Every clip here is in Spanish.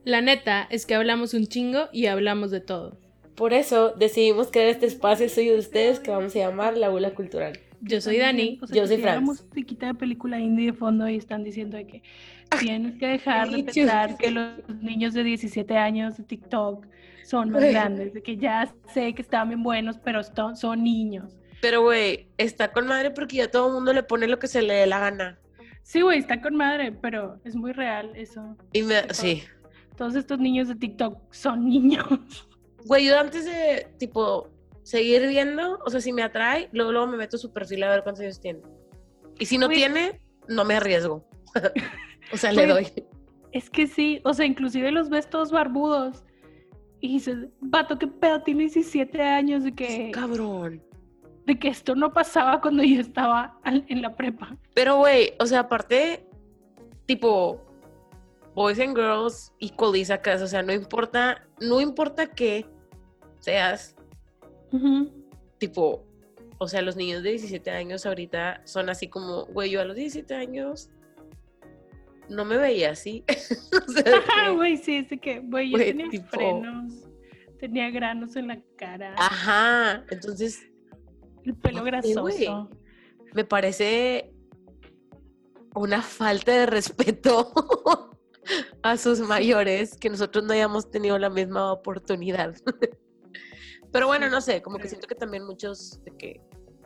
La neta es que hablamos un chingo y hablamos de todo. Por eso decidimos crear este espacio suyo de ustedes que vamos a llamar La Bula Cultural. Yo soy Dani. Yo soy Franz. La musiquita de película indie de fondo y están diciendo de que tienes que dejar de Me too. pensar que los niños de 17 años de TikTok son más grandes, de que ya sé que están bien buenos, pero son niños. Pero, güey, está con madre porque ya todo el mundo le pone lo que se le dé la gana. Sí, güey, está con madre, pero es muy real eso. Sí. Todos estos niños de TikTok son niños. Güey, yo antes de, tipo, seguir viendo, o sea, si me atrae, luego me meto a su perfil a ver cuántos años tiene. Y si no Güey. tiene, no me arriesgo. O sea, Güey, le doy. Es que sí, o sea, inclusive los ves todos barbudos. Y dices, vato, ¿qué pedo? Tiene 17 años de que esto no pasaba cuando yo estaba en la prepa. Pero, güey, o sea, aparte, tipo, boys and girls equally sacas, o sea, no importa que seas, tipo, o sea, los niños de 17 años ahorita son así como, güey, yo a los 17 años no me veía así. O sea, Güey, sí, es de que, güey, yo tenía tipo, frenos, tenía granos en la cara. Ajá, entonces, el pelo grasoso. Güey, me parece una falta de respeto a sus mayores que nosotros no hayamos tenido la misma oportunidad. Pero bueno, Sí, no sé, como que siento que también muchos de que...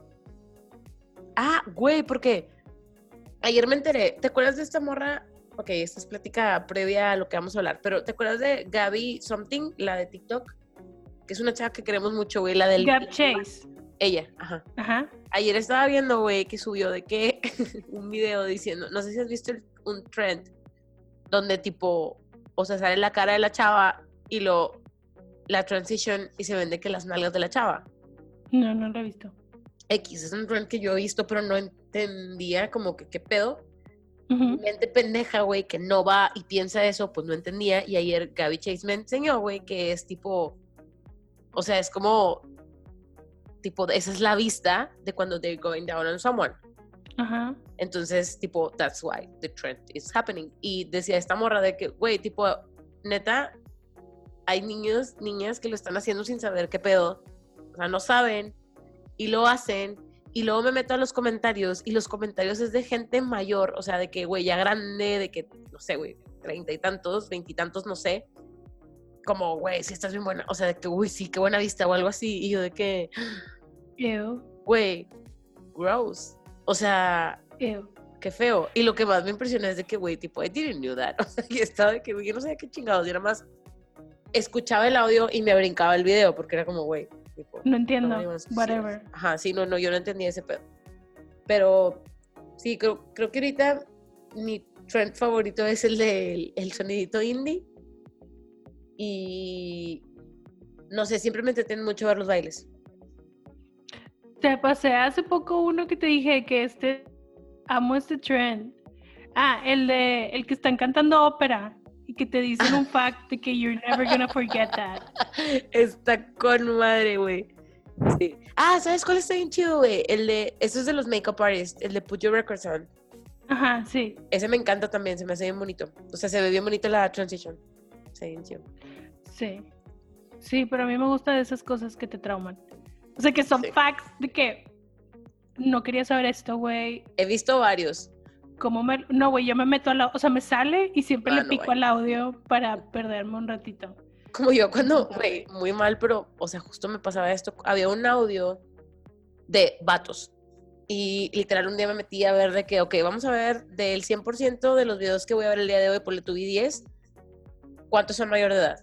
Güey, porque ayer me enteré, ¿te acuerdas de esta morra? Ok, esta es plática previa a lo que vamos a hablar, pero ¿te acuerdas de Gaby Something, la de TikTok? Que es una chava que queremos mucho, güey, la del... Gab Chase. Ella, ajá. Ayer estaba viendo, güey, que subió de que un video diciendo, no sé si has visto un trend donde tipo, o sea, sale la cara de la chava y la transition y se vende que las nalgas de la chava. No lo he visto. X, es un trend que yo he visto, pero no entendía como que qué pedo. Mi mente pendeja, güey, que no va y piensa eso, pues no entendía. Y ayer Gaby Chase me enseñó, güey, que es tipo, o sea, es como... tipo, esa es la vista de cuando they're going down on someone. Ajá. Entonces, tipo, that's why the trend is happening. Y decía esta morra de que, güey, tipo, neta, hay niños, niñas que lo están haciendo sin saber qué pedo. O sea, no saben y lo hacen. Y luego me meto a los comentarios y los comentarios es de gente mayor, o sea, de que, güey, ya grande, de que, no sé, güey, 30 y tantos, 20 y tantos, no sé. Como, güey, sí estás bien buena. O sea, de que, uy, sí, qué buena vista o algo así. Y yo de que... Ew. Güey, gross. O sea, Ew. qué feo. Y lo que más me impresiona es de que, güey, tipo, I didn't know that. O sea, y estaba de que, yo no sabía qué chingados. Yo nada más escuchaba el audio y me brincaba el video porque era como, güey, tipo... No entiendo, whatever. Ajá, sí, no, yo no entendía ese pedo. Pero, sí, creo que ahorita mi trend favorito es el del sonidito indie. Y... no sé, siempre me entretiene mucho ver los bailes. Te pasé hace poco uno que te dije que amo este trend. El que están cantando ópera y que te dicen un fact de que you're never gonna forget that. Está con madre, güey. Sí. ¿Sabes cuál está bien chido, güey? Eso es de los makeup artists, el de Put Your Records On. Ajá, sí. Ese me encanta también, se me hace bien bonito. O sea, se ve bien bonito la transition. Se ve bien chido. Sí. Sí, pero a mí me gusta de esas cosas que te trauman. O sea, que son facts de que no quería saber esto, güey. He visto varios. No, güey, yo me meto o sea, me sale y siempre le pico güey. al audio para perderme un ratito. Como yo cuando, güey, muy mal, pero, o sea, justo me pasaba esto. Había un audio de vatos. Y literal un día me metí a ver de que, ok, vamos a ver del 100% de los videos que voy a ver el día de hoy, por le tuve 10, ¿cuántos son mayor de edad?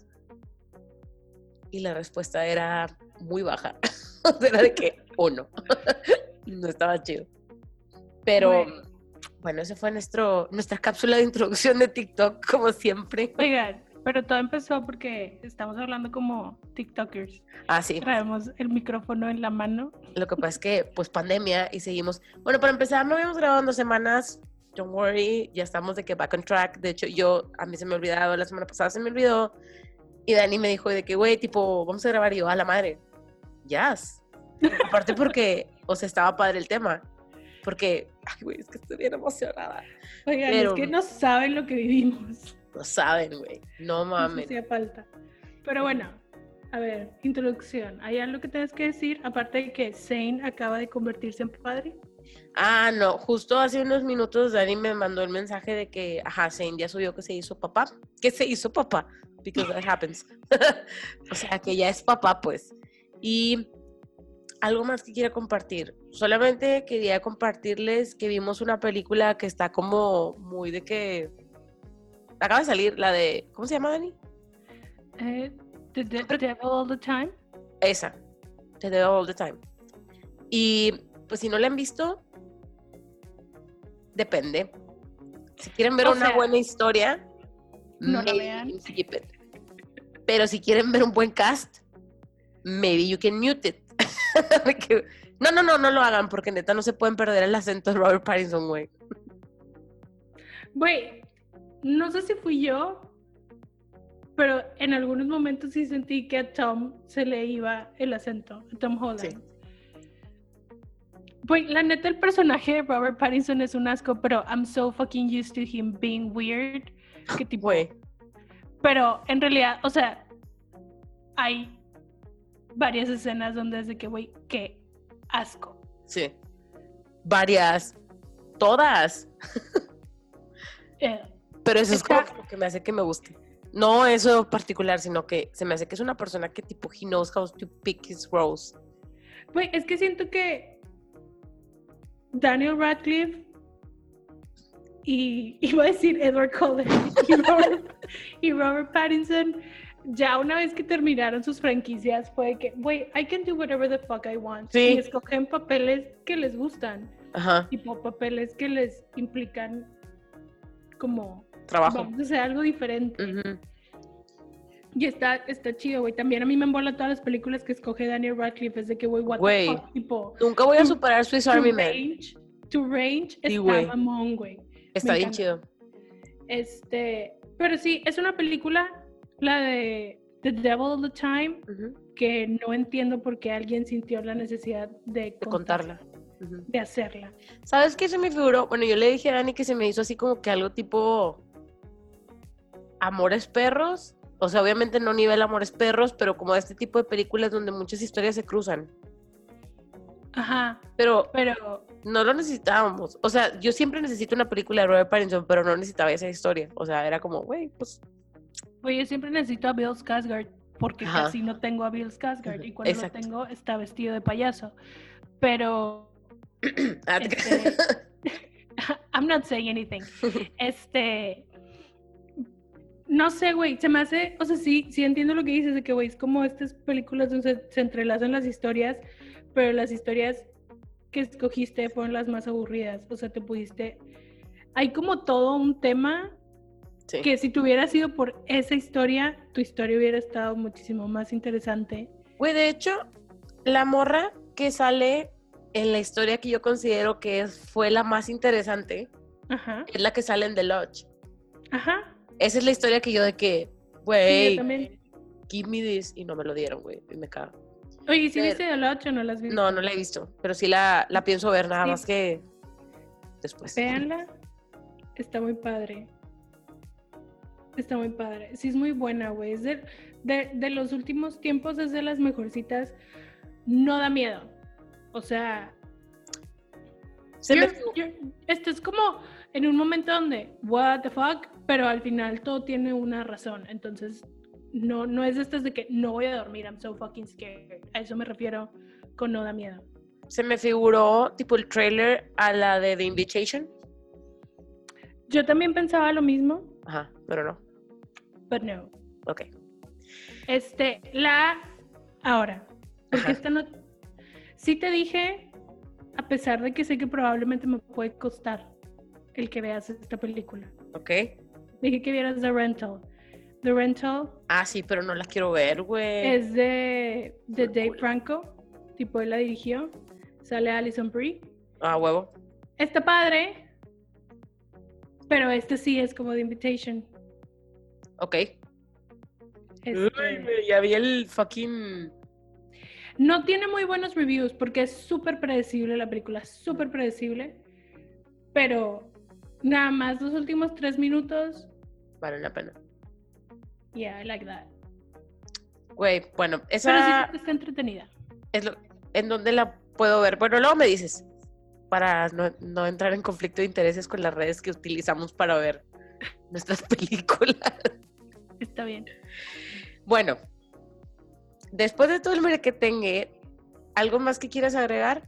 Y la respuesta era muy baja. O sea, era de que 1. No estaba chido. Pero, bueno, esa fue nuestra cápsula de introducción de TikTok, como siempre. Oigan, pero todo empezó porque estamos hablando como TikTokers. Sí. Traemos el micrófono en la mano. Lo que pasa es que, pues, pandemia y seguimos. Bueno, para empezar, no habíamos grabado en 2 semanas. Don't worry, ya estamos de que back on track. De hecho, a mí se me olvidaba, la semana pasada se me olvidó. Y Dani me dijo de que, güey, tipo, vamos a grabar. Y yo, a la madre. Yes. Aparte porque, o sea, estaba padre el tema. Porque, ay, güey, es que estoy bien emocionada. Oigan, es que no saben lo que vivimos. No saben, güey. No Eso mames. hacía falta. Pero bueno, a ver, introducción. ¿Hay algo que tengas que decir? Aparte de que Zane acaba de convertirse en padre. Ah, no, justo hace unos minutos Dani me mandó el mensaje de que, Zane ya subió que se hizo papá. Que se hizo papá, because that happens. O sea, que ya es papá, pues. Y algo más que quiera compartir. Solamente quería compartirles que vimos una película que está como muy de que... Acaba de salir, la de... ¿Cómo se llama, Dani? The Devil All the Time. Esa. The Devil All the Time. Y pues si no la han visto, depende. Si quieren ver una buena historia, no la vean. Skip it. Pero si quieren ver un buen cast, maybe you can mute it. No lo hagan porque neta no se pueden perder el acento de Robert Pattinson, güey. Güey, no sé si fui yo, pero en algunos momentos sí sentí que a Tom se le iba el acento, a Tom Holland. Sí. Güey, la neta el personaje de Robert Pattinson es un asco, pero I'm so fucking used to him being weird, que tipo... Güey. Pero en realidad, o sea, hay varias escenas donde es de que, güey, qué asco. Sí. Varias. Todas. Pero eso es como lo que me hace que me guste. No eso particular, sino que se me hace que es una persona que tipo, he knows how to pick his roles. Güey, es que siento que Daniel Radcliffe y iba a decir Edward Cullen y Robert Pattinson, ya una vez que terminaron sus franquicias fue que, güey, I can do whatever the fuck I want. Sí. Y escogen papeles que les gustan. Ajá. Tipo papeles que les implican como Trabajo. vamos a hacer algo diferente. Uh-huh. Y está chido, güey. También a mí me embola todas las películas que escoge Daniel Radcliffe. Es de que, güey, what the fuck, tipo... Nunca voy a superar Swiss Army Man. To Range Sí, está güey. mamón, güey. Está Me bien encanta. chido. Pero sí, es una película, la de The Devil All the Time, Uh-huh. que no entiendo por qué alguien sintió la necesidad de Contarla. Uh-huh. de hacerla. ¿Sabes qué se me figuró? Bueno, yo le dije a Dani que se me hizo así como que algo tipo Amores Perros. O sea, obviamente no nivel Amores Perros, pero como este tipo de películas donde muchas historias se cruzan. Ajá, Pero pero... no lo necesitábamos. O sea, yo siempre necesito una película de Robert Pattinson, pero no necesitaba esa historia. O sea, era como, güey, pues... Oye, yo siempre necesito a Bill Skarsgård porque Ajá. casi no tengo a Bill Skarsgård y cuando Exacto. lo tengo está vestido de payaso. Pero... Ah, I'm not saying anything. No sé, güey, se me hace, o sea, sí entiendo lo que dices de que, güey, es como estas películas donde se entrelazan las historias, pero las historias que escogiste fueron las más aburridas. O sea, hay como todo un tema Sí. que si te hubiera sido por esa historia, tu historia hubiera estado muchísimo más interesante. Güey, de hecho, la morra que sale en la historia que yo considero que fue la más interesante, Ajá, es la que sale en The Lodge. ajá. Esa es la historia que yo de que, Sí, yo güey, también. give me this, y no me lo dieron, güey, y me cago. Oye, ¿y si Pero- viste The Lodge o no las viste? No la he visto, pero sí la pienso ver, nada Sí. más que después. Véanla, está muy padre. Está muy padre. Sí, es muy buena, güey. Es de los últimos tiempos, es de las mejorcitas. No da miedo. O sea, esto es como en un momento donde, what the fuck, pero al final todo tiene una razón. Entonces, no es de estas de que no voy a dormir, I'm so fucking scared. A eso me refiero con no da miedo. Se me figuró tipo el trailer a la de The Invitation. Yo también pensaba lo mismo, Ajá, pero no. but no. Ok. Ahora, porque Ajá. esta no... Sí te dije, a pesar de que sé que probablemente me puede costar el que veas esta película. Ok. Dije que vieras The Rental. The Rental Ah, sí, pero no la quiero ver, güey. es de Dave Franco, tipo él la dirigió. Sale Alison Brie. Ah, huevo. Está padre, pero sí es como The Invitation. Ok. Este, Uy, güey, ya vi el fucking... No tiene muy buenos reviews porque es súper predecible la película, súper predecible. Pero nada más los últimos 3 minutos vale la pena. Yeah, I like that. Güey, bueno, Pero esa sí está entretenida. es en donde la puedo ver. Bueno, luego me dices, para no entrar en conflicto de intereses con las redes que utilizamos para ver nuestras películas. Está bien. Bueno, después de todo el merequetengue, ¿algo más que quieras agregar?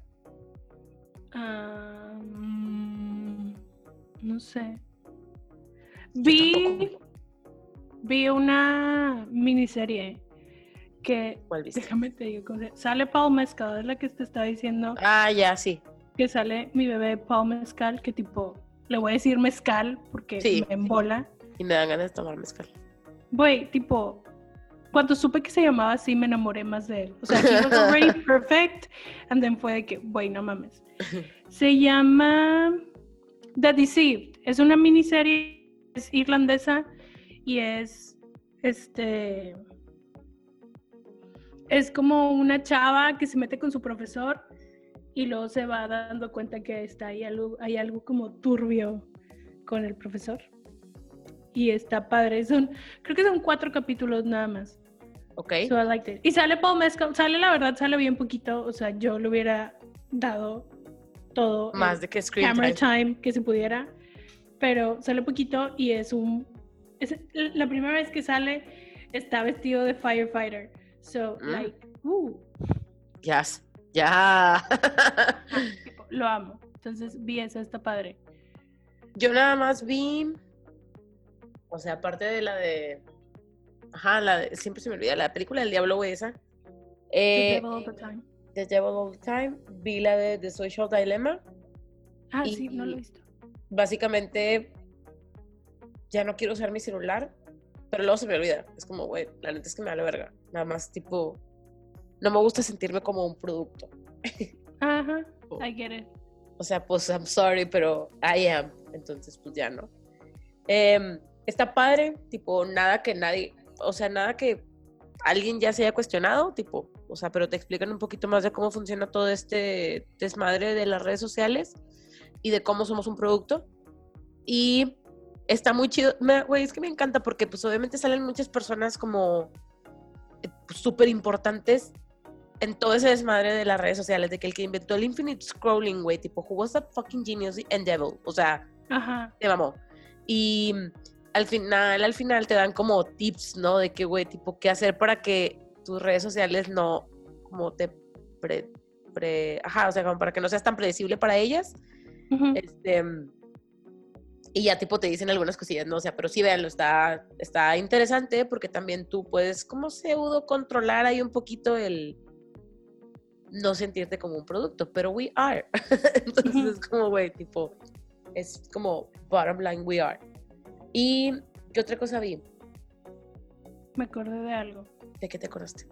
No sé. Yo tampoco. Vi una miniserie que, ¿Cuál viste? déjame te digo, sale Paul Mescal, es la que te estaba diciendo, Ah, ya, sí. que sale mi bebé Paul Mescal, que tipo, le voy a decir mezcal porque Sí. me embola. Y me dan ganas de tomar mezcal. Güey, tipo, cuando supe que se llamaba así, me enamoré más de él. O sea, he was already perfect, and then fue de que, güey, no mames. Se llama The Deceived. Es una miniserie, es irlandesa y es como una chava que se mete con su profesor y luego se va dando cuenta que hay algo como turbio con el profesor. Y está padre. Creo que son 4 capítulos nada más. Ok. So I liked it. Y sale Paul Mescal, la verdad sale bien poquito. O sea, yo le hubiera dado todo Más de que screen camera time. time que se pudiera. Pero sale poquito y es la primera vez que sale está vestido de firefighter. So, Yes. Ya. tipo, lo amo. Entonces vi eso, está padre. Yo nada más vi, o sea, aparte de la de, siempre se me olvida, la película del diablo, güey, esa. The Devil All the Time. The Devil All the Time. Vi la de The Social Dilemma. Ah, Y sí, no lo he visto. básicamente, ya no quiero usar mi celular, pero luego se me olvida. Es como, güey, la neta es que me da la verga. Nada más, tipo, no me gusta sentirme como un producto. Ajá, I get it. O sea, pues, I'm sorry, pero I am. Entonces, pues ya no. Está padre, tipo, nada que alguien ya se haya cuestionado, tipo, o sea, pero te explican un poquito más de cómo funciona todo este desmadre de las redes sociales y de cómo somos un producto. Y está muy chido. Güey, es que me encanta porque, pues, obviamente salen muchas personas como súper importantes en todo ese desmadre de las redes sociales, de que el que inventó el infinite scrolling, güey, tipo, who was that fucking genius and devil? O sea, Ajá. te mamó. Y al final te dan como tips, ¿no? De que, güey, tipo, qué hacer para que tus redes sociales no, como te o sea, como para que no seas tan predecible para ellas. Uh-huh. Y ya, tipo, te dicen algunas cosillas, ¿no? O sea, pero sí, véanlo, está interesante porque también tú puedes como pseudo controlar ahí un poquito el no sentirte como un producto, pero we are. Entonces Uh-huh. es como, güey, tipo, es como bottom line, we are. ¿Y qué otra cosa vi? Me acordé de algo. ¿De qué te acordaste?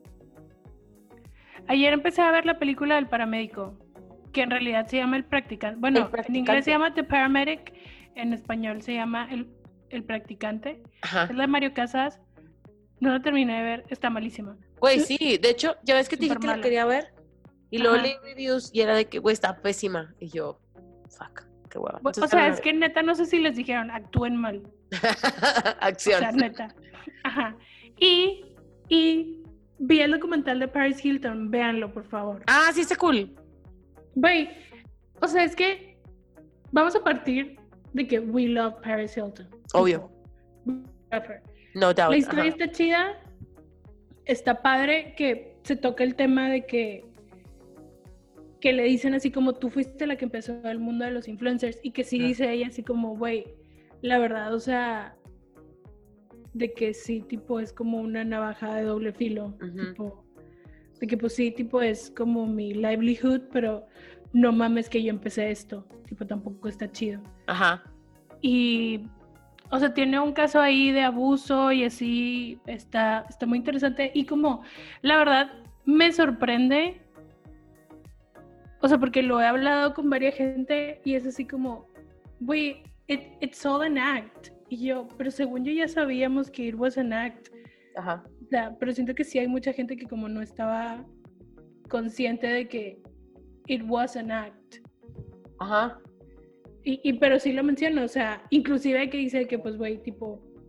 Ayer empecé a ver la película del paramédico, que en realidad se llama El Practicante. Bueno, en inglés se llama The Paramedic, en español se llama El Practicante. Ajá. Es la de Mario Casas. No la terminé de ver, está malísima. Güey, sí, de hecho, ya ves que te dije que la quería ver y luego leí reviews y era de que, güey, está pésima. Y yo, fuck, qué hueva. O sea, es que neta, no sé si les dijeron, actúen mal. Acción. O sea, neta. Ajá. Y vi el documental de Paris Hilton, véanlo, por favor. Ah, sí, está cool. Güey, o sea, es que vamos a partir de que we love Paris Hilton. Obvio. No doubt. La historia está chida. Está padre que se toca el tema de que le dicen así como tú fuiste la que empezó el mundo de los influencers y que sí dice ella así como, güey, la verdad, o sea, de que sí, tipo, es como una navaja de doble filo. Tipo, de que pues sí, tipo, es como mi livelihood, pero no mames que yo empecé esto. Tipo, tampoco está chido. Ajá. Y, o sea, tiene un caso ahí de abuso y así, está muy interesante. Y como, la verdad, me sorprende, o sea, porque lo he hablado con varias gente y es así como, güey, it's all an act. Y yo, pero según yo ya sabíamos que it was an act. Ajá. O sea, pero siento que sí hay mucha gente que como no estaba consciente de que it was an act. Ajá. Pero sí lo menciono, o sea, inclusive que dice que pues, güey, tipo,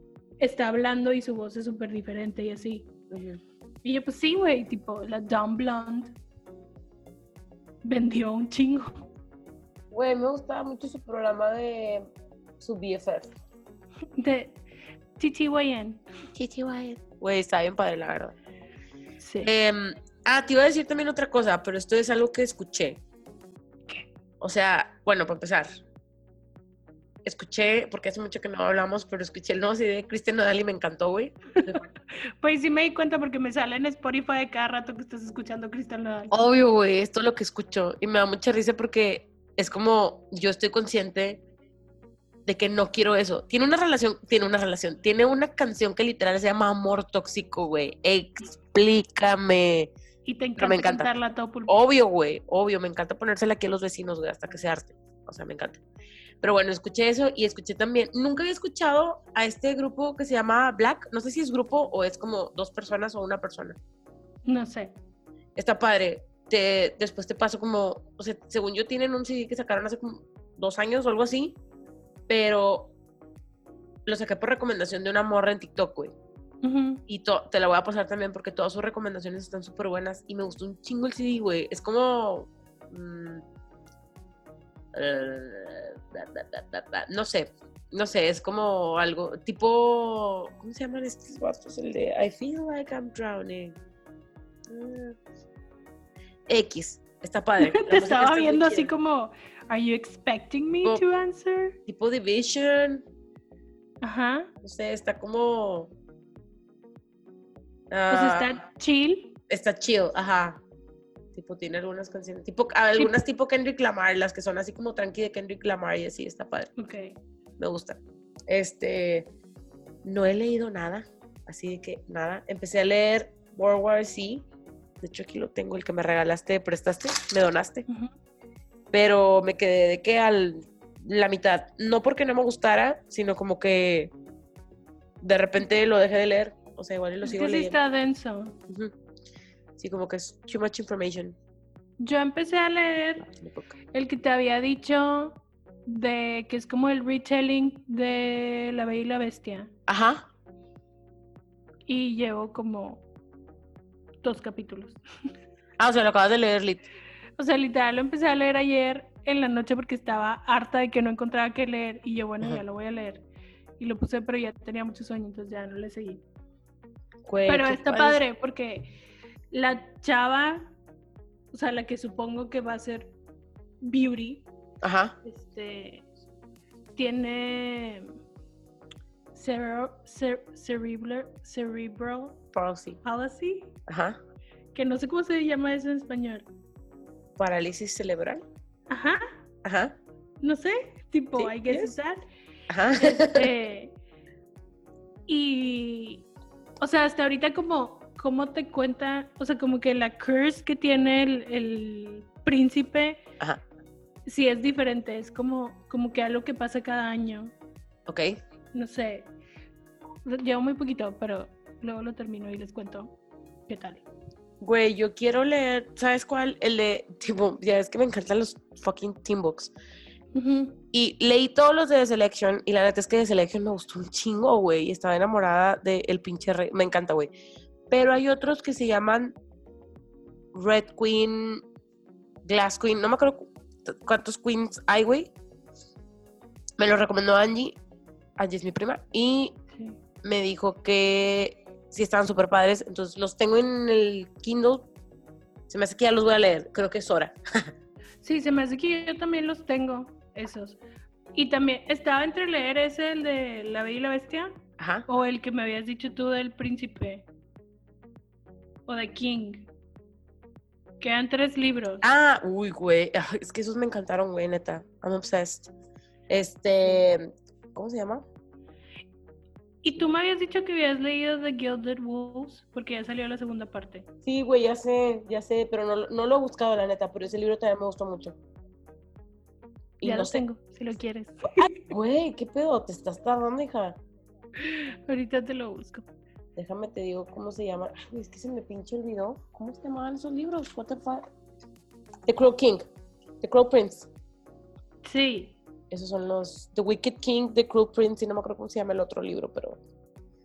está hablando y su voz es súper diferente y así. Ujú. Y yo, pues sí, güey, tipo, la Dumb Blonde vendió un chingo. Güey, me gustaba mucho su programa de su BFF. De TTYN. Güey, está bien padre, la verdad. Sí. Te iba a decir también otra cosa, pero esto es algo que escuché. ¿Qué? O sea, bueno, para empezar, escuché, porque hace mucho que no hablamos, pero escuché el nuevo CD de Cristian Nodal y me encantó, güey. Pues sí me di cuenta porque me sale en Spotify de cada rato que estás escuchando Crystal Nodal. Obvio, güey, esto es lo que escucho. Y me da mucha risa porque es como, yo estoy consciente de que no quiero eso. Tiene una canción que literal se llama Amor Tóxico, güey. Explícame. Y te Pero me encanta encanta. cantarla a todo pulmón. Obvio, güey, obvio, me encanta ponérsela aquí a los vecinos, güey, hasta que se arte. O sea, me encanta. Pero bueno, escuché eso y escuché también, nunca había escuchado a este grupo que se llama Black, no sé si es grupo o es como 2 personas o 1 persona. No sé. Está padre. Después te paso como, o sea, según yo tienen un CD que sacaron hace como 2 años o algo así, pero lo saqué por recomendación de una morra en TikTok, güey. Ujú. Y te la voy a pasar también porque todas sus recomendaciones están súper buenas y me gustó un chingo el CD, güey. Es como... no sé, es como algo tipo... ¿Cómo se llaman estos vatos? El de I feel like I'm drowning. X, está padre. Te estaba viendo así como, ¿Are you expecting me Tipo- to answer? Tipo Division, Ajá. no sé, está como... Pues está chill. Está chill, ajá. Tipo, tiene algunas canciones, tipo, algunas tipo Kendrick Lamar, las que son así como tranqui de Kendrick Lamar y así, está padre. Ok. Me gusta. No he leído nada, así de que nada. Empecé a leer World War Z. De hecho, aquí lo tengo, el que me regalaste, prestaste, me donaste. Ujú. Pero me quedé de que la mitad, no porque no me gustara, sino como que de repente lo dejé de leer. O sea, igual y lo Es sigo que sí leyendo. está denso. Ujú. Sí, como que es too much information. Yo empecé a leer el que te había dicho de que es como el retelling de La Bella y la Bestia. Ajá. Y llevo como 2 capítulos. O sea, lo acabas de leer, Lit. O sea, literal lo empecé a leer ayer en la noche porque estaba harta de que no encontraba qué leer. Y yo, bueno, Ajá. ya lo voy a leer. Y lo puse, pero ya tenía mucho sueño, entonces ya no le seguí. Güey, Pero qué está padre porque la chava, o sea, la que supongo que va a ser Beauty, Ajá. tiene cerebral palsy, Ajá. que no sé cómo se llama eso en español. Parálisis cerebral. Ajá, Ajá. no sé, tipo, Sí, I guess yes. it's that. Ajá. Y, o sea, hasta ahorita como te cuenta, o sea, como que la curse que tiene el príncipe, Ajá. sí es diferente, es como que algo que pasa cada año, Ok. no sé, llevo muy poquito, pero luego lo termino y les cuento qué tal. Güey, yo quiero leer, ¿sabes cuál? El de, tipo, ya es que me encantan los fucking teen books. Ujú. Y leí todos los de The Selection y la neta es que The Selection me gustó un chingo, güey. Y estaba enamorada del pinche rey. Me encanta, güey. Pero hay otros que se llaman Red Queen, Glass Queen. No me acuerdo cuántos queens hay, güey. Me lo recomendó Angie. Angie es mi prima. Y Sí. me dijo que sí estaban súper padres. Entonces los tengo en el Kindle. Se me hace que ya los voy a leer. Creo que es hora. Sí, se me hace que yo también los tengo, esos. Y también estaba entre leer ese, el de La Bella y la Bestia, Ajá. o el que me habías dicho tú del príncipe, o de King. Quedan 3 libros. Uy, güey. Es que esos me encantaron, güey, neta. I'm obsessed. ¿Cómo se llama? Y tú me habías dicho que habías leído The Gilded Wolves, porque ya salió la segunda parte. Sí, güey, ya sé, pero no lo he buscado, la neta, pero ese libro también me gustó mucho. Y Ya no lo sé. tengo, si lo quieres. Güey, ¿qué pedo? ¿Te estás tardando, hija? Ahorita te lo busco. Déjame te digo cómo se llama. Ay, güey, es que se me pinche olvidó. ¿Cómo se llamaban esos libros? What the fuck? The Crow King. The Crow Prince. Sí. Esos son los... The Wicked King, The Crow Prince, y no me acuerdo cómo se llama el otro libro, pero...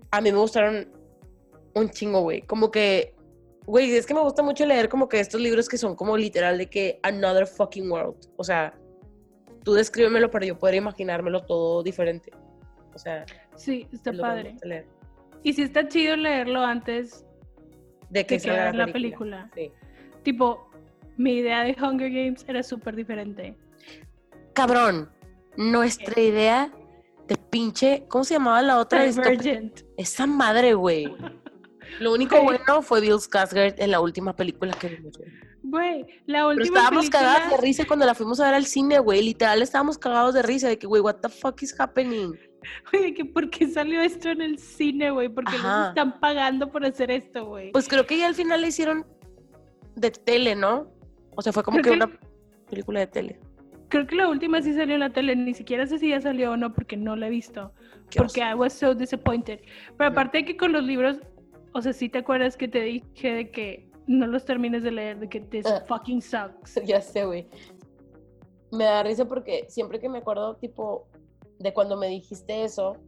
a mí me gustaron un chingo, güey. Como que, güey, es que me gusta mucho leer como que estos libros que son como literal de que another fucking world. O sea, tú descríbemelo para yo poder imaginármelo todo diferente. O sea, Sí, está es lo que me padre. gusta leer. Y sí está chido leerlo antes De que de que salga ver la película. Sí. Tipo, mi idea de Hunger Games era súper diferente. Cabrón, nuestra idea de pinche, ¿cómo se llamaba la otra? Divergent. Esa madre, güey. Lo único Güey. bueno fue Bill Skarsgård en la última película que vimos, güey. Güey, la Pero última estábamos película... cagadas de risa cuando la fuimos a ver al cine, güey. Literal, estábamos cagados de risa de que, güey, what the fuck is happening? Güey, que ¿por qué salió esto en el cine, güey? ¿Por qué nos Ajá. están pagando por hacer esto, güey? Pues creo que ya al final le hicieron de tele, ¿no? O sea, fue como Creo que que- una película de tele. Creo que la última sí salió en la tele, ni siquiera sé si ya salió o no, porque no la he visto. Qué Porque oso. I was so disappointed. Pero Ujú. aparte de que con los libros, o sea, sí te acuerdas que te dije de que no los termines de leer, de que this Ah. fucking sucks. Ya sé, güey. Me da risa porque siempre que me acuerdo, tipo, de cuando me dijiste eso,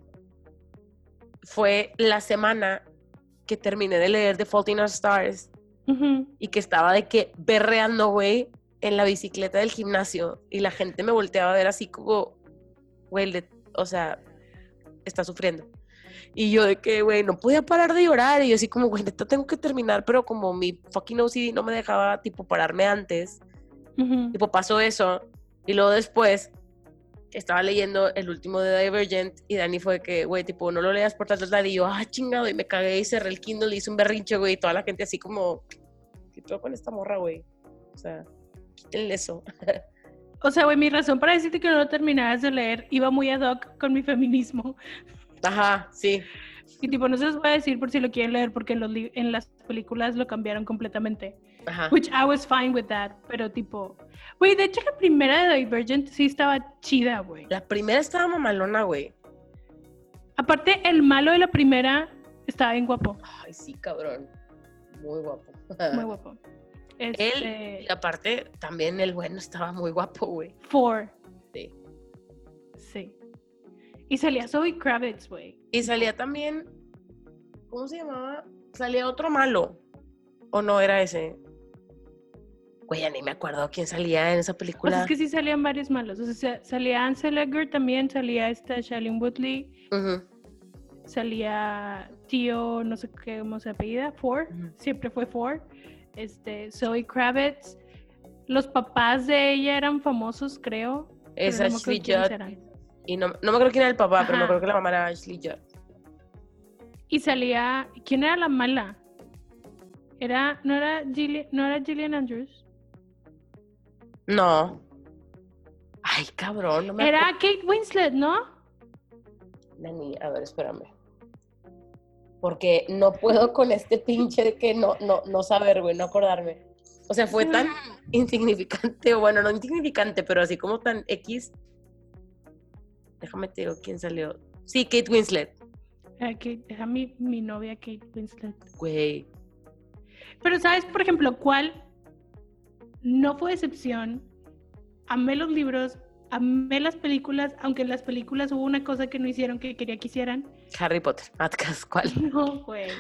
fue la semana que terminé de leer The Fault in Our Stars Ujú. y que estaba de que berreando, güey, en la bicicleta del gimnasio y la gente me volteaba a ver así como, güey, o sea, está sufriendo. Y yo de que, güey, no podía parar de llorar y yo así como, güey, neta tengo que terminar, pero como mi fucking OCD no me dejaba, tipo, pararme antes, Ujú. tipo, pasó eso y luego después estaba leyendo el último de Divergent y Dani fue de que, güey, tipo, no lo leas por tal, y yo, chingado, y me cagué y cerré el Kindle y hice un berrinche, güey, y toda la gente así como, ¿qué pedo con esta morra, güey? O sea, quítenle eso. O sea, güey, mi razón para decirte que no lo terminaras de leer iba muy ad hoc con mi feminismo. Ajá, sí. Y tipo, no se los voy a decir por si lo quieren leer, porque en las películas lo cambiaron completamente. Ajá. Which I was fine with that, pero tipo... Güey, de hecho la primera de Divergent sí estaba chida, güey. La primera estaba mamalona, güey. Aparte, el malo de la primera estaba bien guapo. Ay, sí, cabrón. Muy guapo. Muy guapo. Él, y aparte, también el bueno estaba muy guapo, güey. Four. Sí. Sí. Y salía Zoe Kravitz, güey. Y salía también, ¿cómo se llamaba? Salía otro malo. ¿O no era ese? Güey, ya ni me acuerdo quién salía en esa O película. sea, es que sí salían varios malos. O sea, salía Ansel Elgort también, salía esta Shailene Woodley, Ujú. salía Tío, no sé qué, cómo se apellida, Four, Ujú. siempre fue Four. Zoe Kravitz. Los papás de ella eran famosos, creo. pero Es no me acuerdo Ashley quiénes Judd. eran. Y no me acuerdo quién era el papá, pero me Ajá. acuerdo que la mamá era Ashley Judd. Y salía, ¿quién era la mala? ¿No era Gillian Andrews? No. Ay, cabrón, no me Era acuerdo. Kate Winslet, ¿no? Dani, a ver, espérame. Porque no puedo con este pinche de que no saber, güey, no acordarme. O sea, fue tan insignificante, o bueno, no insignificante, pero así como tan X. Déjame te digo quién salió. Sí, Kate Winslet. Era mi novia Kate Winslet. Güey. Pero ¿sabes, por ejemplo, cuál no fue excepción? Amé los libros, amé las películas, aunque en las películas hubo una cosa que no hicieron que quería que hicieran. Harry Potter. Atcas, ¿cuál? No, güey.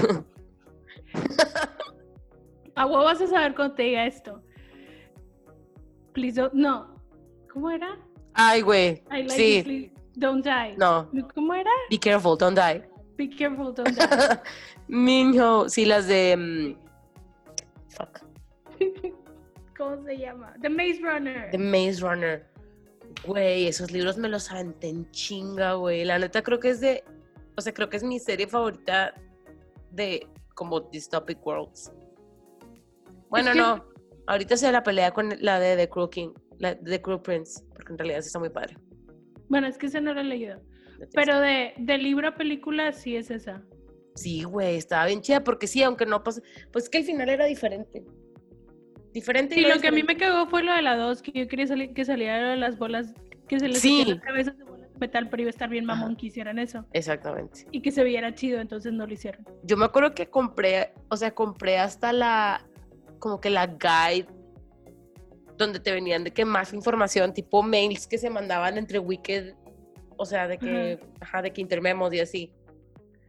A huevo vas a saber cuando te diga esto. Please don't... No. ¿Cómo era? Ay, güey. I like Sí. you, please don't die. No. ¿Cómo era? Be careful, don't die. Be careful, don't die. Minho. Sí, las de... fuck. ¿Cómo se llama? The Maze Runner. The Maze Runner. Güey, esos libros me los aventé en chinga, güey. La neta creo que es de... O sea, creo que es mi serie favorita de como Dystopic Worlds. Bueno, Es que- no. Ahorita se la pelea con la de The Cruel King. La de The Cruel Prince. Porque en realidad sí está muy padre. Bueno, es que ese no lo he leído. Pero de libro a película sí es esa. Sí, güey, estaba bien chida. Porque sí, aunque no pasa... Pues es que el final era diferente. Diferente. Sí, y no lo que a mí me diferente. cagó fue lo de la 2, que yo quería que saliera de las bolas, que se les Sí. hacían las cabezas de bolas de metal, pero iba a estar bien mamón Ajá. que hicieran eso. Exactamente. Y que se viera chido, entonces no lo hicieron. Yo me acuerdo que compré hasta como que la guide donde te venían de que más información, tipo mails que se mandaban entre Wicked, o sea, de que intermemos y así.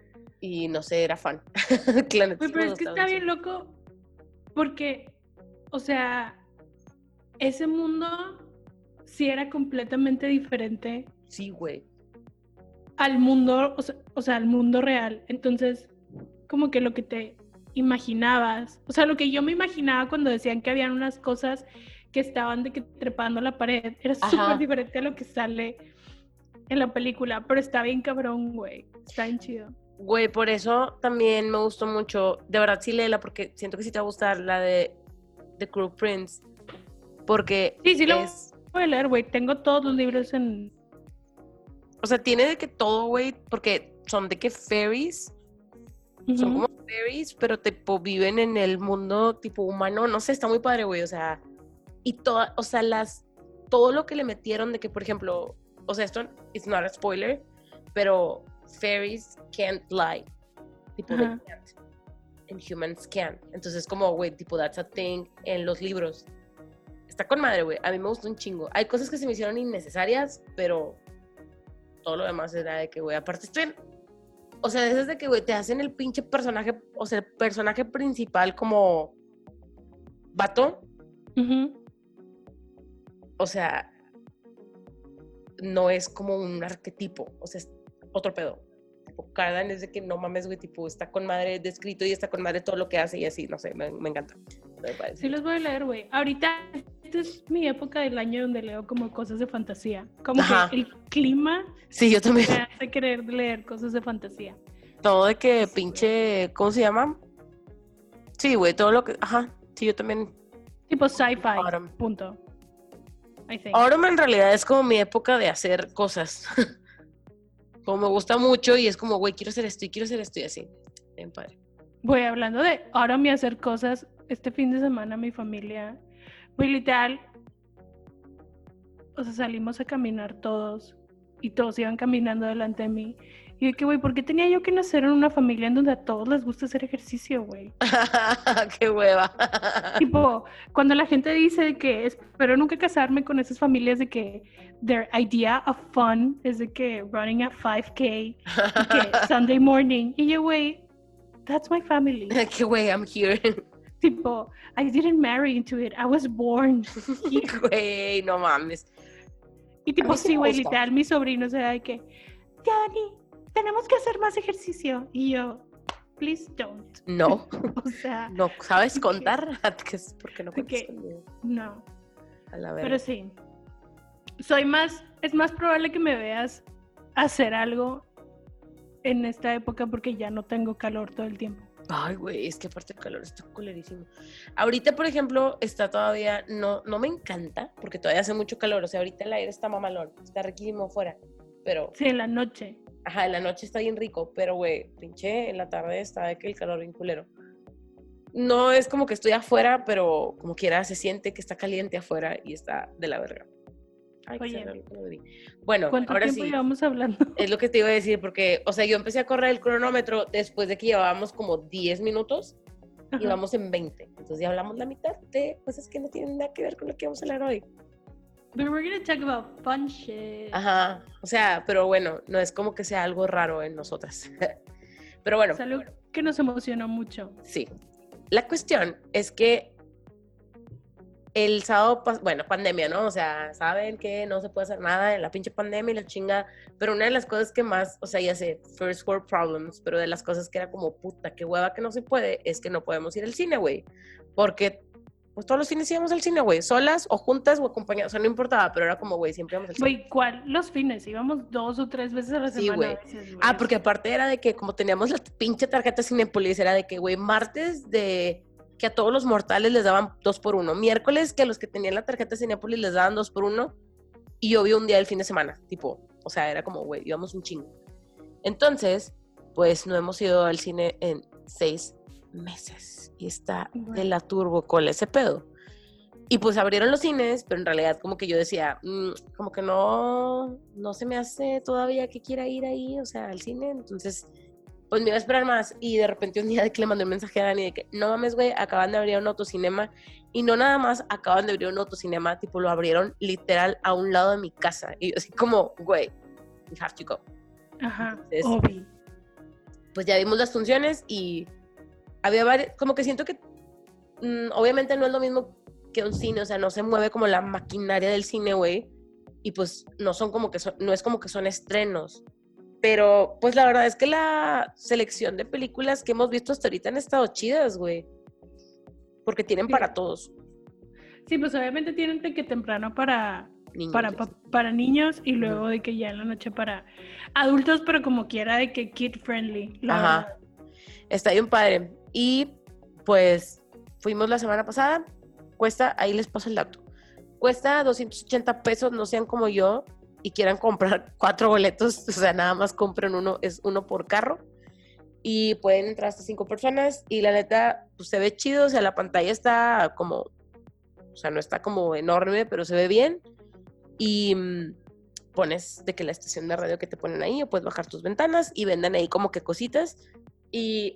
y no sé, era fan. La neta, Güey, sí pero me es que gustaba está un bien chingo. loco porque, o sea, ese mundo sí era completamente diferente Sí, güey. al mundo, o sea, al mundo real. Entonces, como que lo que te imaginabas, o sea, lo que yo me imaginaba cuando decían que habían unas cosas que estaban de que trepando la pared, era súper Ajá. diferente a lo que sale en la película, pero está bien cabrón, güey, está bien chido. Güey, por eso también me gustó mucho. De verdad, sí léela porque siento que sí te va a gustar la de The Cruel Prince. Porque Sí, lo es... voy a leer, güey, tengo todos los libros en... O sea, tiene de que todo, güey, porque son de que fairies. Son como fairies, pero tipo viven en el mundo tipo humano. No sé, está muy padre, güey. O sea, y toda, o sea, todo lo que le metieron de que, por ejemplo, o sea, esto es not a spoiler, pero fairies can't lie. Tipo, they Ajá. can't. And humans can. Entonces, como, güey, tipo, that's a thing en los libros. Está con madre, güey. A mí me gustó un chingo. Hay cosas que se me hicieron innecesarias, pero todo lo demás era de que, güey, aparte estoy... O sea, desde que, güey, te hacen el pinche personaje, o sea, el personaje principal como vato, Ujú. o sea, no es como un arquetipo, o sea, es otro pedo. Tipo, Cardan es de que no mames, güey, tipo, está con madre descrito y está con madre todo lo que hace y así, no sé, me encanta. Me parece. Sí los voy a leer, güey. Ahorita, esta es mi época del año donde leo como cosas de fantasía. Como Ajá. que el clima Sí, yo también. me hace querer leer cosas de fantasía. Todo de que pinche, ¿cómo se llama? Sí, güey, todo lo que, ajá, sí, yo también. Tipo sci-fi, Autumn. punto. I think. Autumn en realidad es como mi época de hacer cosas. Como me gusta mucho y es como, güey, quiero hacer esto y así. Bien padre. Voy hablando de ahora me hacer cosas. Este fin de semana mi familia, muy literal, o sea, salimos a caminar todos y todos iban caminando delante de mí. Y de que, güey, ¿por qué tenía yo que nacer en una familia en donde a todos les gusta hacer ejercicio, güey? Qué hueva. Tipo, cuando la gente dice de que espero nunca casarme con esas familias de que their idea of fun es de que running a 5K y que Sunday morning. Y yo, güey, that's my family. Qué güey, I'm here. Tipo, I didn't marry into it, I was born here. Güey, no mames. Y A tipo, mí sí sí, me güey, gusta. literal, mis sobrinos era de que, Dani, tenemos que hacer más ejercicio. Y yo, please don't. No, O sea, no sabes contar. Porque no de cuentas que- conmigo. no. A la Pero verga. sí, es más probable que me veas hacer algo en esta época porque ya no tengo calor todo el tiempo. Ay, güey, es que aparte el calor está culerísimo. Ahorita, por ejemplo, está todavía, no me encanta, porque todavía hace mucho calor. O sea, ahorita el aire está mamalón, está riquísimo afuera. Pero, Sí, en la noche. ajá, en la noche está bien rico, pero, güey, pinche, en la tarde está de que el calor bien culero. No es como que estoy afuera, pero como quiera se siente que está caliente afuera y está de la verga. Ay, qué Oye, cerrado lo que me di. Bueno, ¿cuánto ahora tiempo sí. llevamos hablando? Es lo que te iba a decir, porque, o sea, yo empecé a correr el cronómetro después de que llevábamos como 10 minutos y Ajá. vamos en 20. Entonces ya hablamos la mitad de cosas que no tienen nada que ver con lo que vamos a hablar hoy. But we're gonna talk about fun shit. Ajá, o sea, pero bueno, no es como que sea algo raro en nosotras. Pero bueno, Es algo que nos emocionó mucho. sí. La cuestión es que el sábado, bueno, pandemia, ¿no? O sea, saben que no se puede hacer nada en la pinche pandemia y la chinga, pero una de las cosas que más, o sea, ya sé, first world problems, pero de las cosas que era como, puta, qué hueva que no se puede, es que no podemos ir al cine, güey, porque pues todos los fines íbamos al cine, güey, solas o juntas o acompañadas, o sea, no importaba, pero era como, güey, siempre íbamos al cine. Güey, ¿cuál? Los fines, íbamos 2 o 3 veces a la Sí, semana. güey. A veces, güey. Ah, porque aparte era de que como teníamos la pinche tarjeta Cinépolis, era de que, güey, martes de que a todos los mortales les daban 2x1, miércoles que a los que tenían la tarjeta Cinépolis les daban 2x1 y yo vi un día del fin de semana, tipo, o sea, era como, güey, íbamos un chingo. Entonces, pues no hemos ido al cine en 6 meses y está de la turbo con ese pedo. Y pues abrieron los cines, pero en realidad como que yo decía, como que no se me hace todavía que quiera ir ahí, o sea, al cine. Entonces, pues me iba a esperar más. Y de repente un día de que le mandé un mensaje a Dani de que, no mames, güey, acaban de abrir un autocinema. Y no nada más acaban de abrir un autocinema, tipo lo abrieron literal a un lado de mi casa. Y yo así como, güey, we have to go. Ajá, Entonces, obvio. pues ya vimos las funciones y había varias, como que siento que obviamente no es lo mismo que un cine, o sea, no se mueve como la maquinaria del cine, güey, y pues no son como que no es como que son estrenos, pero pues la verdad es que la selección de películas que hemos visto hasta ahorita han estado chidas, güey, porque tienen para todos. Sí, pues obviamente tienen de que temprano para Niños, para niños y luego de que ya en la noche para adultos, pero como quiera de que kid friendly, la verdad. Está bien padre. Y pues fuimos la semana pasada, cuesta, ahí les paso el dato, cuesta 280 pesos, no sean como yo y quieran comprar 4 boletos, o sea, nada más compren uno, es uno por carro y pueden entrar hasta 5 personas y la neta, pues se ve chido, o sea, la pantalla está como, o sea, no está como enorme, pero se ve bien y pones de que la estación de radio que te ponen ahí, o puedes bajar tus ventanas y venden ahí como que cositas y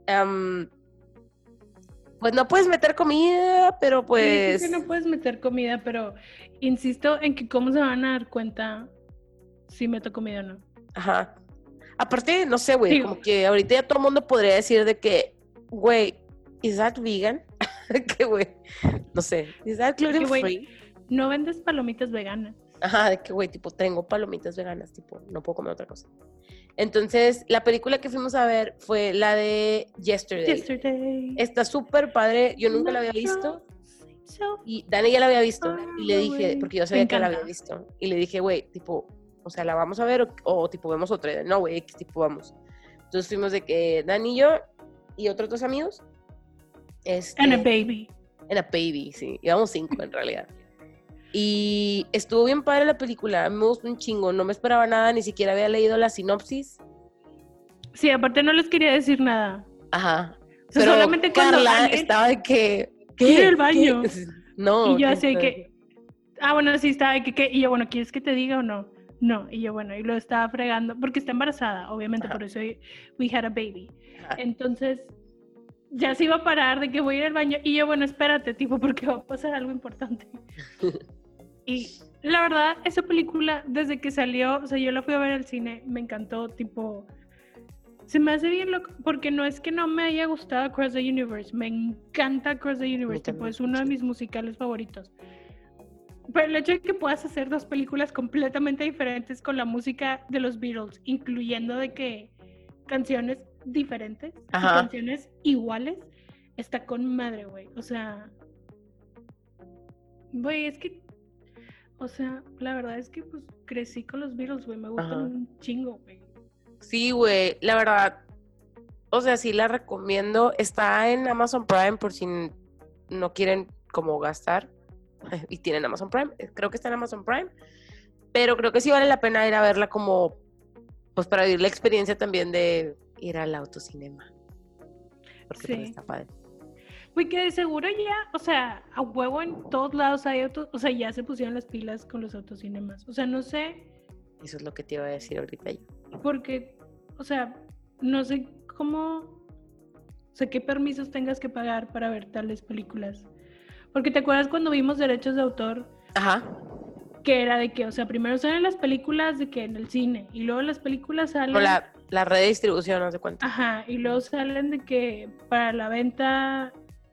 pues no puedes meter comida, pero pues... Sí, que no puedes meter comida, pero insisto en que cómo se van a dar cuenta si meto comida o no. Ajá. Aparte, no sé, güey, como que ahorita ya todo el mundo podría decir de que, güey, ¿is that vegan? Que, güey, no sé, ¿is that gluten free? No vendes palomitas veganas. Ajá, de que, güey, tipo, tengo palomitas veganas, tipo, no puedo comer otra cosa. Entonces, la película que fuimos a ver fue la de Yesterday. Está súper padre, yo nunca la había visto. Y Dani ya la había visto. Y le dije, porque yo sabía que la había visto. Y le dije, güey, tipo, o sea, ¿la vamos a ver o tipo vemos otra? No, güey, tipo vamos. Entonces fuimos de que Dani y yo y otros 2 amigos. And a baby. And a baby, sí. Íbamos 5 en realidad. Y estuvo bien padre la película, me gustó un chingo, no me esperaba nada, ni siquiera había leído la sinopsis. Sí, aparte no les quería decir nada. Ajá. O sea, pero solamente cuando Carla estaba de que... ¿Qué? ¿Ir al baño? No. Y yo así que... bueno, sí, estaba de que... ¿qué? Y yo, bueno, ¿quieres que te diga o no? No. Y yo, bueno, y lo estaba fregando, porque está embarazada, obviamente, por eso we had a baby. Ajá. Entonces, ya se iba a parar de que voy a ir al baño. Y yo, bueno, espérate, tipo, porque va a pasar algo importante. Y la verdad, esa película, desde que salió, o sea, yo la fui a ver al cine, me encantó, tipo, se me hace bien loco, porque no es que no me haya gustado Across the Universe, me encanta Across the Universe, tipo, es uno de mis musicales favoritos. Pero el hecho de que puedas hacer 2 películas completamente diferentes con la música de los Beatles, incluyendo de que canciones diferentes, y canciones iguales, está con madre, güey, o sea, güey, es que o sea, la verdad es que pues crecí con los Beatles, güey, me gustan un chingo, güey. Sí, güey, la verdad, o sea, sí la recomiendo, está en Amazon Prime por si no quieren como gastar, y tienen Amazon Prime, creo que está en Amazon Prime, pero creo que sí vale la pena ir a verla como, pues para vivir la experiencia también de ir al autocinema, porque pues, está padre. Güey, que de seguro ya, o sea, a huevo en todos lados hay autos, o sea, ya se pusieron las pilas con los autocinemas. O sea, no sé. Eso es lo que te iba a decir ahorita yo. Porque, o sea, no sé cómo, o sea, qué permisos tengas que pagar para ver tales películas. Porque te acuerdas cuando vimos derechos de autor. Ajá. Que era de que, o sea, primero salen las películas de que en el cine y luego las películas salen... O la red de distribución, no sé cuánto. Ajá, y luego salen de que para la venta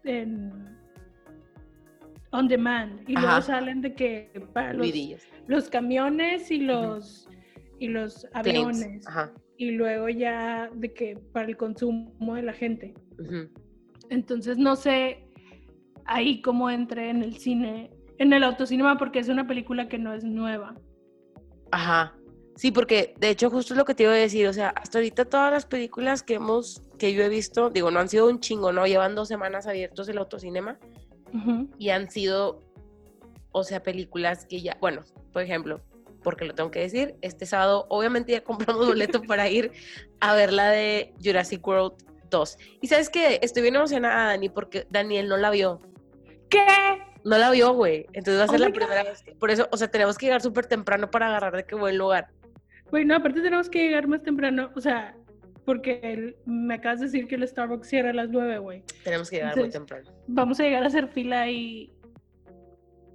on demand y luego salen de que para los camiones y los aviones y luego ya de que para el consumo de la gente. Entonces no sé ahí cómo entré en el cine, en el autocinema, porque es una película que no es nueva. Ajá. Sí, porque de hecho justo es lo que te iba a decir, o sea, hasta ahorita todas las películas que yo he visto, digo, no han sido un chingo, ¿no? Llevan 2 semanas abiertos el autocinema y han sido, o sea, películas que ya, bueno, por ejemplo, porque lo tengo que decir, este sábado obviamente ya compramos boleto para ir a ver la de Jurassic World 2. Y ¿sabes qué? Estoy bien emocionada, Dani, porque Daniel no la vio. ¿Qué? No la vio, güey. Entonces va a ser la primera vez. Por eso, o sea, tenemos que llegar súper temprano para agarrar de qué buen lugar. Güey, no, aparte tenemos que llegar más temprano, o sea, porque me acabas de decir que el Starbucks cierra a las 9, güey. Tenemos que llegar muy temprano. Vamos a llegar a hacer fila y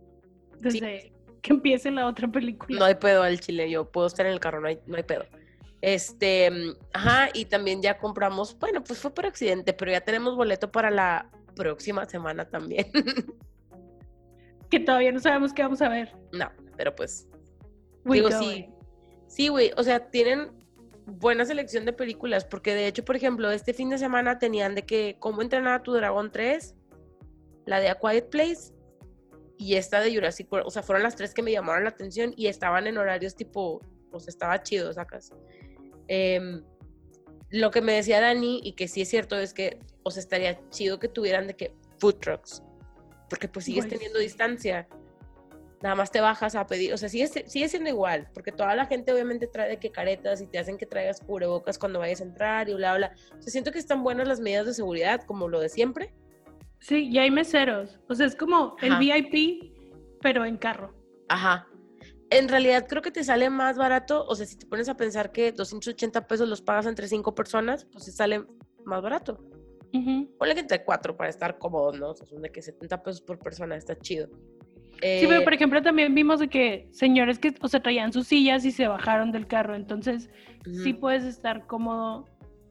desde que empiece la otra película. No hay pedo al chile, yo puedo estar en el carro, no hay pedo. Ajá, y también ya compramos, bueno, pues fue por accidente, pero ya tenemos boleto para la próxima semana también. Que todavía no sabemos qué vamos a ver. No, pero pues, We digo, going. sí, güey, o sea, tienen buena selección de películas, porque de hecho, por ejemplo, este fin de semana tenían de que Cómo entrenar a tu dragón 3, la de A Quiet Place y esta de Jurassic World, o sea, fueron las tres que me llamaron la atención y estaban en horarios tipo, o sea, estaba chido, sacas. Lo que me decía Dani, y que sí es cierto, es que, o sea, estaría chido que tuvieran de que food trucks, porque pues sigues teniendo distancia, nada más te bajas a pedir, o sea, sigue siendo igual, porque toda la gente obviamente trae de que caretas y te hacen que traigas cubrebocas cuando vayas a entrar y bla, bla. O sea, siento que están buenas las medidas de seguridad, como lo de siempre. Sí, y hay meseros. O sea, es como el Ajá. VIP, pero en carro. Ajá. En realidad creo que te sale más barato, o sea, si te pones a pensar que 280 pesos los pagas entre 5 personas, pues te sale más barato. Ponle que entre 4 para estar cómodos, ¿no? O sea, son de que 70 pesos por persona, está chido. Sí, pero por ejemplo también vimos de que señores que, o sea, traían sus sillas y se bajaron del carro, entonces sí puedes estar cómodo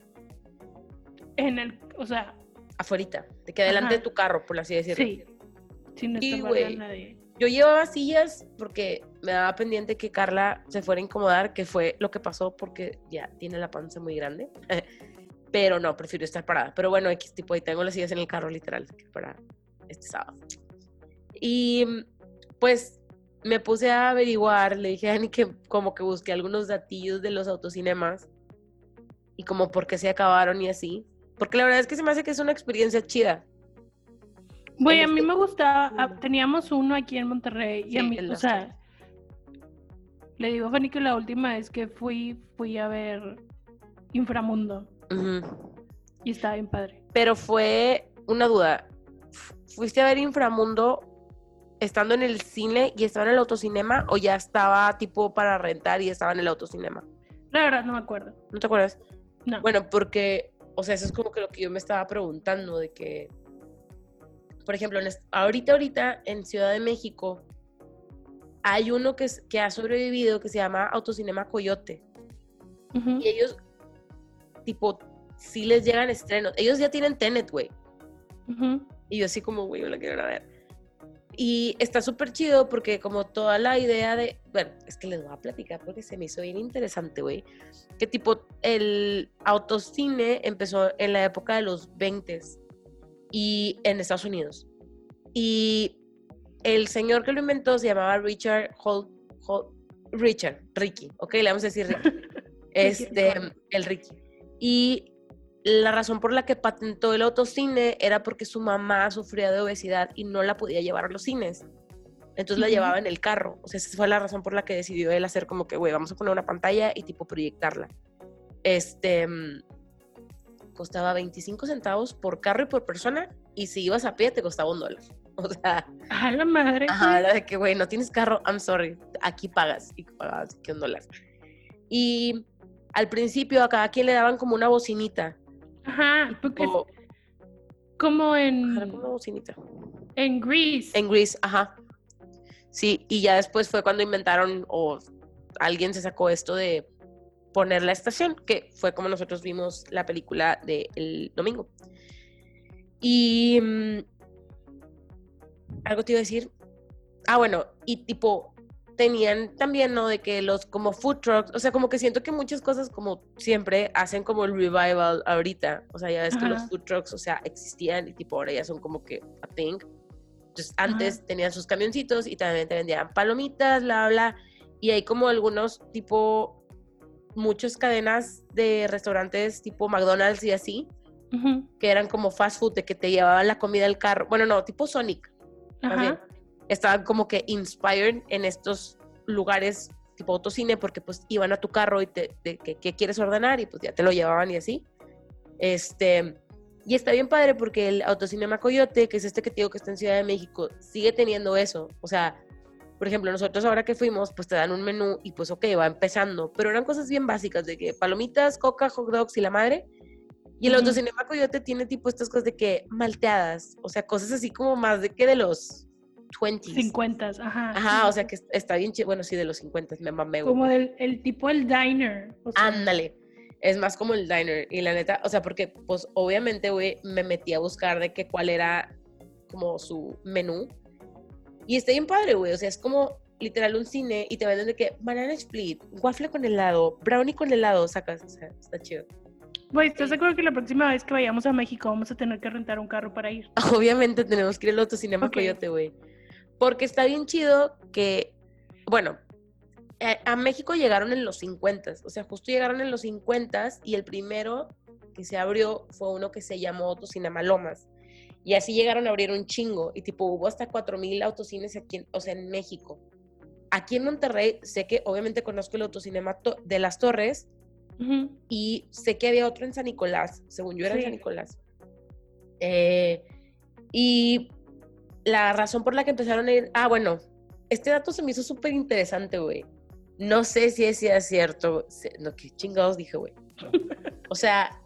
en el, o sea... afuerita, de que delante de tu carro, por así decirlo. Sí, sin Sí, estorbarle a nadie. Yo llevaba sillas porque me daba pendiente que Carla se fuera a incomodar, que fue lo que pasó porque ya tiene la panza muy grande. Pero no, prefiero estar parada. Pero bueno, X tipo, ahí tengo las sillas en el carro literal para este sábado. Y pues me puse a averiguar, le dije a Dani que como que busqué algunos datillos de los autocinemas y como por qué se acabaron y así. Porque la verdad es que se me hace que es una experiencia chida. Güey, a mí me gustaba, teníamos uno aquí en Monterrey y Sí, a mí, o sea, le digo a Fanny que la última vez que fui a ver Inframundo y estaba bien padre. Pero fue una duda, ¿fuiste a ver Inframundo estando en el cine y estaba en el autocinema o ya estaba tipo para rentar y estaba en el autocinema? La verdad no me acuerdo. ¿No te acuerdas? No. Bueno, porque, o sea, eso es como que lo que yo me estaba preguntando, de que, por ejemplo, ahorita en Ciudad de México hay uno que ha sobrevivido que se llama Autocinema Coyote. Y ellos, tipo, sí les llegan estrenos. Ellos ya tienen Tenet, güey. Y yo así como, güey, yo la quiero ir a ver. Y está súper chido porque como toda la idea de... Bueno, es que les voy a platicar porque se me hizo bien interesante, güey. Que tipo, el autocine empezó en la época de los 20s y en Estados Unidos. Y el señor que lo inventó se llamaba Ricky, ok, le vamos a decir Ricky. El Ricky. Y la razón por la que patentó el autocine era porque su mamá sufría de obesidad y no la podía llevar a los cines. Entonces la llevaba en el carro. O sea, esa fue la razón por la que decidió él hacer como que, güey, vamos a poner una pantalla y tipo proyectarla. Costaba 25 centavos por carro y por persona, y si ibas a pie te costaba $1. O sea... ¡A la madre! Ajá, era de que, güey, no tienes carro, I'm sorry, aquí pagas. Y pagabas que $1. Y al principio a cada quien le daban como una bocinita. Ajá, porque es como en... Era como una bocinita. En Grease. En Grease, ajá. Sí, y ya después fue cuando inventaron, o alguien se sacó esto de poner la estación, que fue como nosotros vimos la película del domingo. Y algo te iba a decir. Ah, bueno, y tipo, tenían también, ¿no? De que los como food trucks, o sea, como que siento que muchas cosas como siempre hacen como el revival ahorita. O sea, ya ves que los food trucks, o sea, existían y tipo ahora ya son como que a thing. Entonces, antes tenían sus camioncitos y también te vendían palomitas, bla, bla. Y hay como algunos tipo, muchas cadenas de restaurantes tipo McDonald's y así, que eran como fast food, de que te llevaban la comida al carro. Bueno, no, tipo Sonic. Más bien. Estaban como que inspired en estos lugares tipo autocine porque pues iban a tu carro y ¿qué quieres ordenar? Y pues ya te lo llevaban y así. Y está bien padre porque el Autocinema Coyote, que es este que te digo que está en Ciudad de México, sigue teniendo eso. O sea, por ejemplo, nosotros ahora que fuimos, pues te dan un menú y pues ok, va empezando. Pero eran cosas bien básicas de que palomitas, coca, hot dogs y la madre. Y el Autocinema Coyote tiene tipo estas cosas de que malteadas. O sea, cosas así como más de que de los 20s. 50, ajá. Ajá, o sea que está bien chido. Bueno, sí, de los 50, me mamé, güey. Como el tipo el diner. O sea, Ándale. Es más como el diner. Y la neta, o sea, porque, pues, obviamente, güey, me metí a buscar de que cuál era como su menú. Y está bien padre, güey. O sea, es como literal un cine y te venden de que banana split, waffle con helado, brownie con helado, sacas. O sea, está chido. güey, ¿estás de acuerdo que la próxima vez que vayamos a México vamos a tener que rentar un carro para ir? Obviamente tenemos que ir al autocinema Ok. Coyote, güey. Porque está bien chido que, bueno, a México llegaron en los 50s, o sea, justo llegaron en los 50s y el primero que se abrió fue uno que se llamó Autocinema Lomas. Y así llegaron a abrir un chingo y tipo hubo hasta 4,000 autocines aquí, o sea, en México. Aquí en Monterrey sé que obviamente conozco el autocinema de Las Torres Ujú. y sé que había otro en San Nicolás, según yo era en Sí. San Nicolás. Y la razón por la que empezaron a ir, bueno, este dato se me hizo súper interesante, güey. No sé si es cierto. No, qué chingados dije, güey. O sea,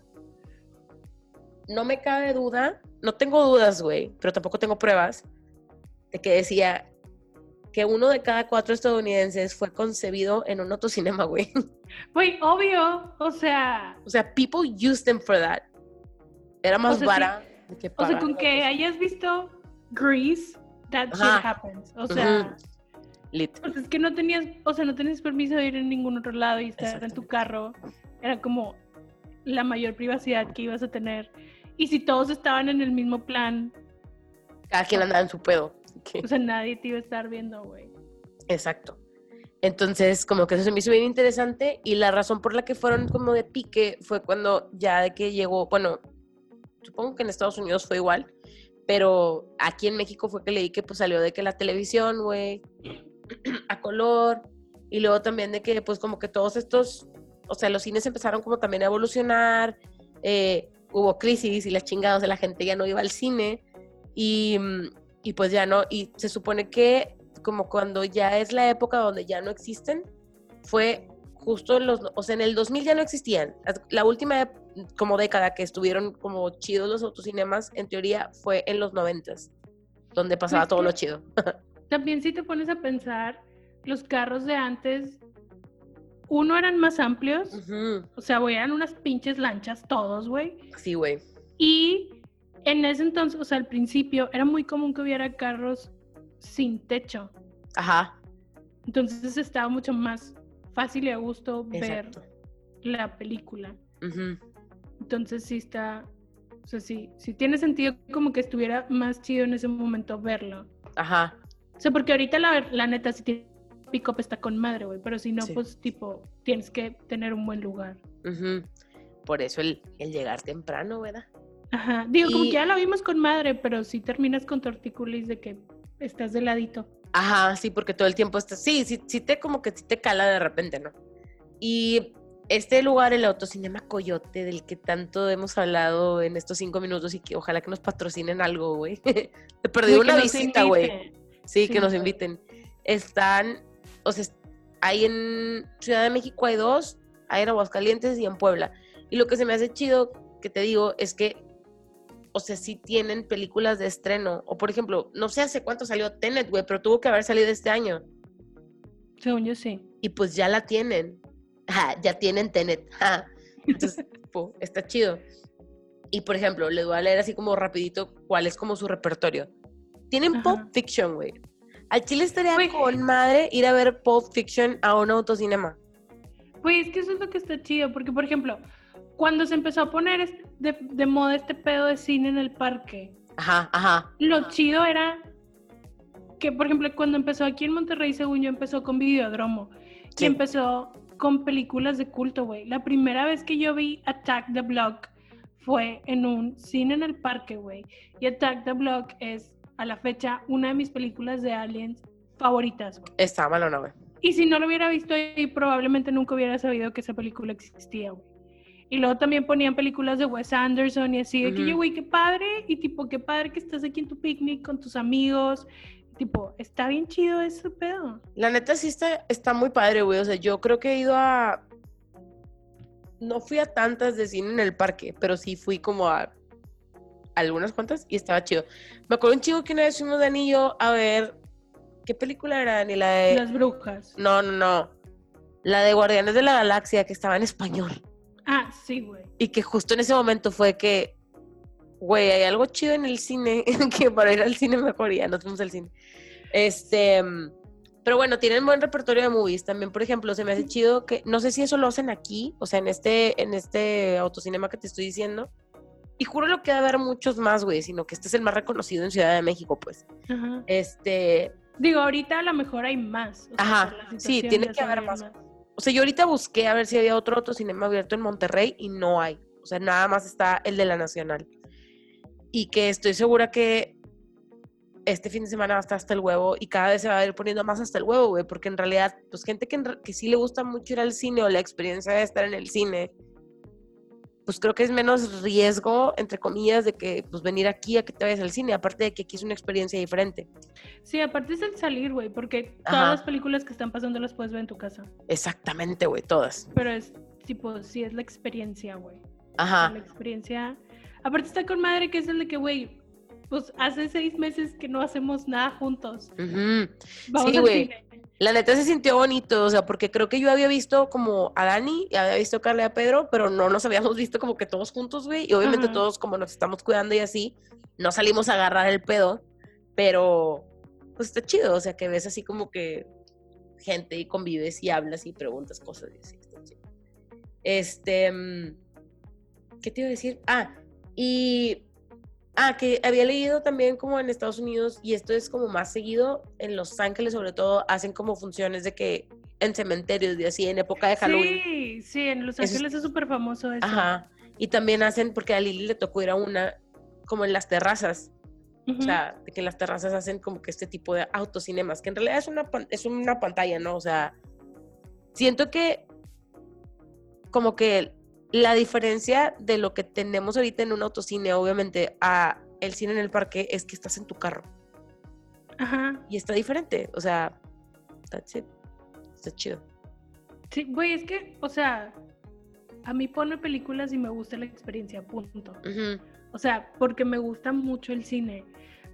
no me cabe duda, no tengo dudas, güey, pero tampoco tengo pruebas de que decía que 1 de cada 4 estadounidenses fue concebido en un autocinema, güey. Güey, obvio, o sea, O sea, people used them for that. Era más O sea, vara de que o sea, pagar con el que autocinema. hayas visto Grease, that shit Ajá. happens. O sea, Lit. pues es que no tenías permiso de ir en ningún otro lado y estar en tu Exactamente. carro. Era como la mayor privacidad que ibas a tener. Y si todos estaban en el mismo plan, Cada quien andaba en su pedo. o sea, nadie te iba a estar viendo, güey. Exacto. Entonces, como que eso se me hizo bien interesante y la razón por la que fueron como de pique fue cuando ya de que llegó, bueno, supongo que en Estados Unidos fue igual, pero aquí en México fue que leí que pues salió de que la televisión, güey, a color y luego también de que pues como que todos estos, o sea, los cines empezaron como también a evolucionar, hubo crisis y las chingadas de la gente ya no iba al cine y pues ya no, y se supone que como cuando ya es la época donde ya no existen, fue justo o sea, en el 2000 ya no existían. La última como década que estuvieron como chidos los autocinemas, en teoría, fue en los 90s, donde pasaba Pues todo que- lo chido. También si te pones a pensar, los carros de antes, uno eran más amplios, Ujú. o sea, güey, eran unas pinches lanchas todos, güey. Sí, güey. Y en ese entonces, o sea, al principio, era muy común que hubiera carros sin techo. Ajá, Entonces estaba mucho más fácil y a gusto ver exacto. la película. Ujú. Entonces sí está, o sea, sí tiene sentido como que estuviera más chido en ese momento verlo. Ajá, O sea, porque ahorita la neta, si tiene pick-up está con madre, güey, pero si no, Sí. pues tipo, tienes que tener un buen lugar. ujú. Por eso el llegar temprano, ¿verdad? Ajá, digo, como Y- que ya la vimos con madre, pero sí terminas con tortícolis de que estás de ladito. Ajá, sí, porque todo el tiempo estás, sí te como que sí te cala de repente, ¿no? Y este lugar, el Autocinema Coyote, del que tanto hemos hablado en estos 5 minutos y que ojalá que nos patrocinen algo, güey. Te perdí Güey, una que nos visita, güey. inviten. Sí, Sí, que nos güey. inviten. Están, o sea, hay en Ciudad de México hay 2, hay en Aguascalientes y en Puebla. Y lo que se me hace chido, que te digo, es que, o sea, sí tienen películas de estreno. O por ejemplo, no sé hace cuánto salió Tenet, güey, pero tuvo que haber salido este año. Según yo sí. Y pues ya la tienen. Ya tienen Tenet. Entonces, está chido. Y por ejemplo, les voy a leer así como rapidito cuál es como su repertorio. Tienen Ajá. Pulp Fiction, güey. Al chile estaría Güey. con madre ir a ver Pulp Fiction a un autocinema. Pues es que eso es lo que está chido, porque por ejemplo, cuando se empezó a poner de moda este pedo de cine en el parque, Ajá. lo chido era que, por ejemplo, cuando empezó aquí en Monterrey, según yo, empezó con Videodromo. Sí. Y empezó con películas de culto, güey. La primera vez que yo vi Attack the Block fue en un cine en el parque, güey. Y Attack the Block es, a la fecha, una de mis películas de aliens favoritas, güey. Está malona, güey. Y si no lo hubiera visto ahí, probablemente nunca hubiera sabido que esa película existía, güey. Y luego también ponían películas de Wes Anderson y así, de que yo, güey, qué padre. Y tipo, qué padre que estás aquí en tu picnic con tus amigos. Tipo, está bien chido ese pedo. La neta sí está muy padre, güey. O sea, yo creo que he ido a... No fui a tantas de cine en el parque, pero sí fui como a algunas cuantas y estaba chido. Me acuerdo un chico que una vez fuimos Dani y yo a ver ¿Qué película era? Ni la de... Las brujas. No. La de Guardianes de la Galaxia, que estaba en español. Ah, sí, güey. Y que justo en ese momento fue que, güey, hay algo chido en el cine, que para ir al cine mejor, ya nos fuimos al cine. Pero bueno, tienen buen repertorio de movies. También, por ejemplo, se me hace chido que, no sé si eso lo hacen aquí, o sea, en este autocinema que te estoy diciendo. Y juro lo que debe haber muchos más, güey, sino que este es el más reconocido en Ciudad de México, pues. Ajá. Digo, ahorita a lo mejor hay más. Ajá, sí, tiene que haber más. O sea, yo ahorita busqué a ver si había otro autocinema abierto en Monterrey y no hay. O sea, nada más está el de la Nacional. Y que estoy segura que este fin de semana va a estar hasta el huevo y cada vez se va a ir poniendo más hasta el huevo, güey, porque en realidad, pues gente que sí le gusta mucho ir al cine o la experiencia de estar en el cine, pues creo que es menos riesgo, entre comillas, de que pues venir aquí a que te vayas al cine, aparte de que aquí es una experiencia diferente. Sí, aparte es el salir, güey, porque Ajá. todas las películas que están pasando las puedes ver en tu casa. Exactamente, güey, todas. Pero es tipo, sí es la experiencia, güey. Ajá. La experiencia. Aparte está con madre que es el de que, güey, pues hace 6 meses que no hacemos nada juntos. Uh-huh. Vamos sí, al güey. cine. La neta se sintió bonito, o sea, porque creo que yo había visto como a Dani y había visto a Carla y a Pedro, pero no nos habíamos visto como que todos juntos, güey. Y obviamente Ajá. todos como nos estamos cuidando y así, no salimos a agarrar el pedo, pero pues está chido, o sea, que ves así como que gente y convives y hablas y preguntas cosas y así, está chido. ¿Qué te iba a decir? Que había leído también como en Estados Unidos, y esto es como más seguido, en Los Ángeles sobre todo, hacen como funciones de que en cementerios y así, en época de Halloween. Sí, en Los Ángeles es súper famoso eso. Ajá, y también hacen, porque a Lili le tocó ir a una, como en las terrazas, o sea, de que en las terrazas hacen como que este tipo de autocinemas, que en realidad es una pantalla, ¿no? O sea, siento que como que la diferencia de lo que tenemos ahorita en un autocine, obviamente, a el cine en el parque, es que estás en tu carro. Ajá. Y está diferente, o sea, that's it. Está chido. Sí, güey, es que, o sea, a mí ponme películas y me gusta la experiencia, punto. Uh-huh. O sea, porque me gusta mucho el cine.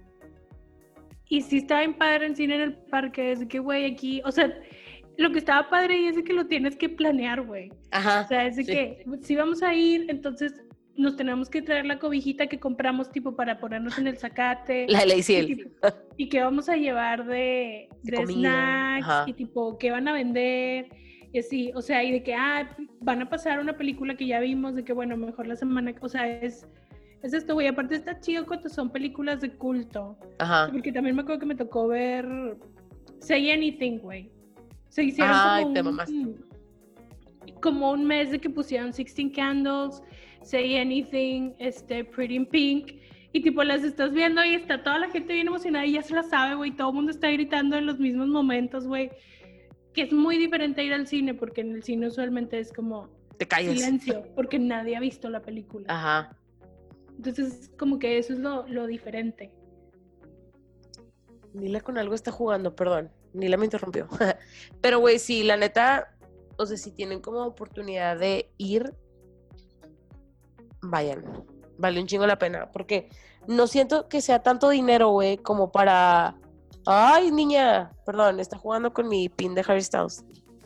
Y si estaba bien padre en cine en el parque, es de que, güey, aquí, o sea, lo que estaba padre ahí es de que lo tienes que planear, güey. Ajá. O sea, es de que si vamos a ir, entonces nos tenemos que traer la cobijita que compramos tipo para ponernos en el zacate. La de la ICL. Y que vamos a llevar de snacks. Ajá. Y tipo, ¿qué van a vender? Y así, o sea, y de que, van a pasar una película que ya vimos, de que, bueno, mejor la semana, o sea, es esto, güey. Aparte está chido cuando son películas de culto. Ajá. Porque también me acuerdo que me tocó ver Say Anything, güey. Se hicieron como un mes de que pusieron 16 Candles, Say Anything, Pretty in Pink, y tipo las estás viendo y está toda la gente bien emocionada y ya se la sabe, güey, todo el mundo está gritando en los mismos momentos, güey, que es muy diferente a ir al cine, porque en el cine usualmente es como te calles. Silencio, porque nadie ha visto la película. Ajá. Entonces como que eso es lo diferente. Nila con algo está jugando, perdón. Nila me interrumpió. Pero, güey, sí, la neta, o sea, si tienen como oportunidad de ir, vayan. Vale un chingo la pena. Porque no siento que sea tanto dinero, güey, como para... Ay, niña, perdón, está jugando con mi pin de Harry Styles.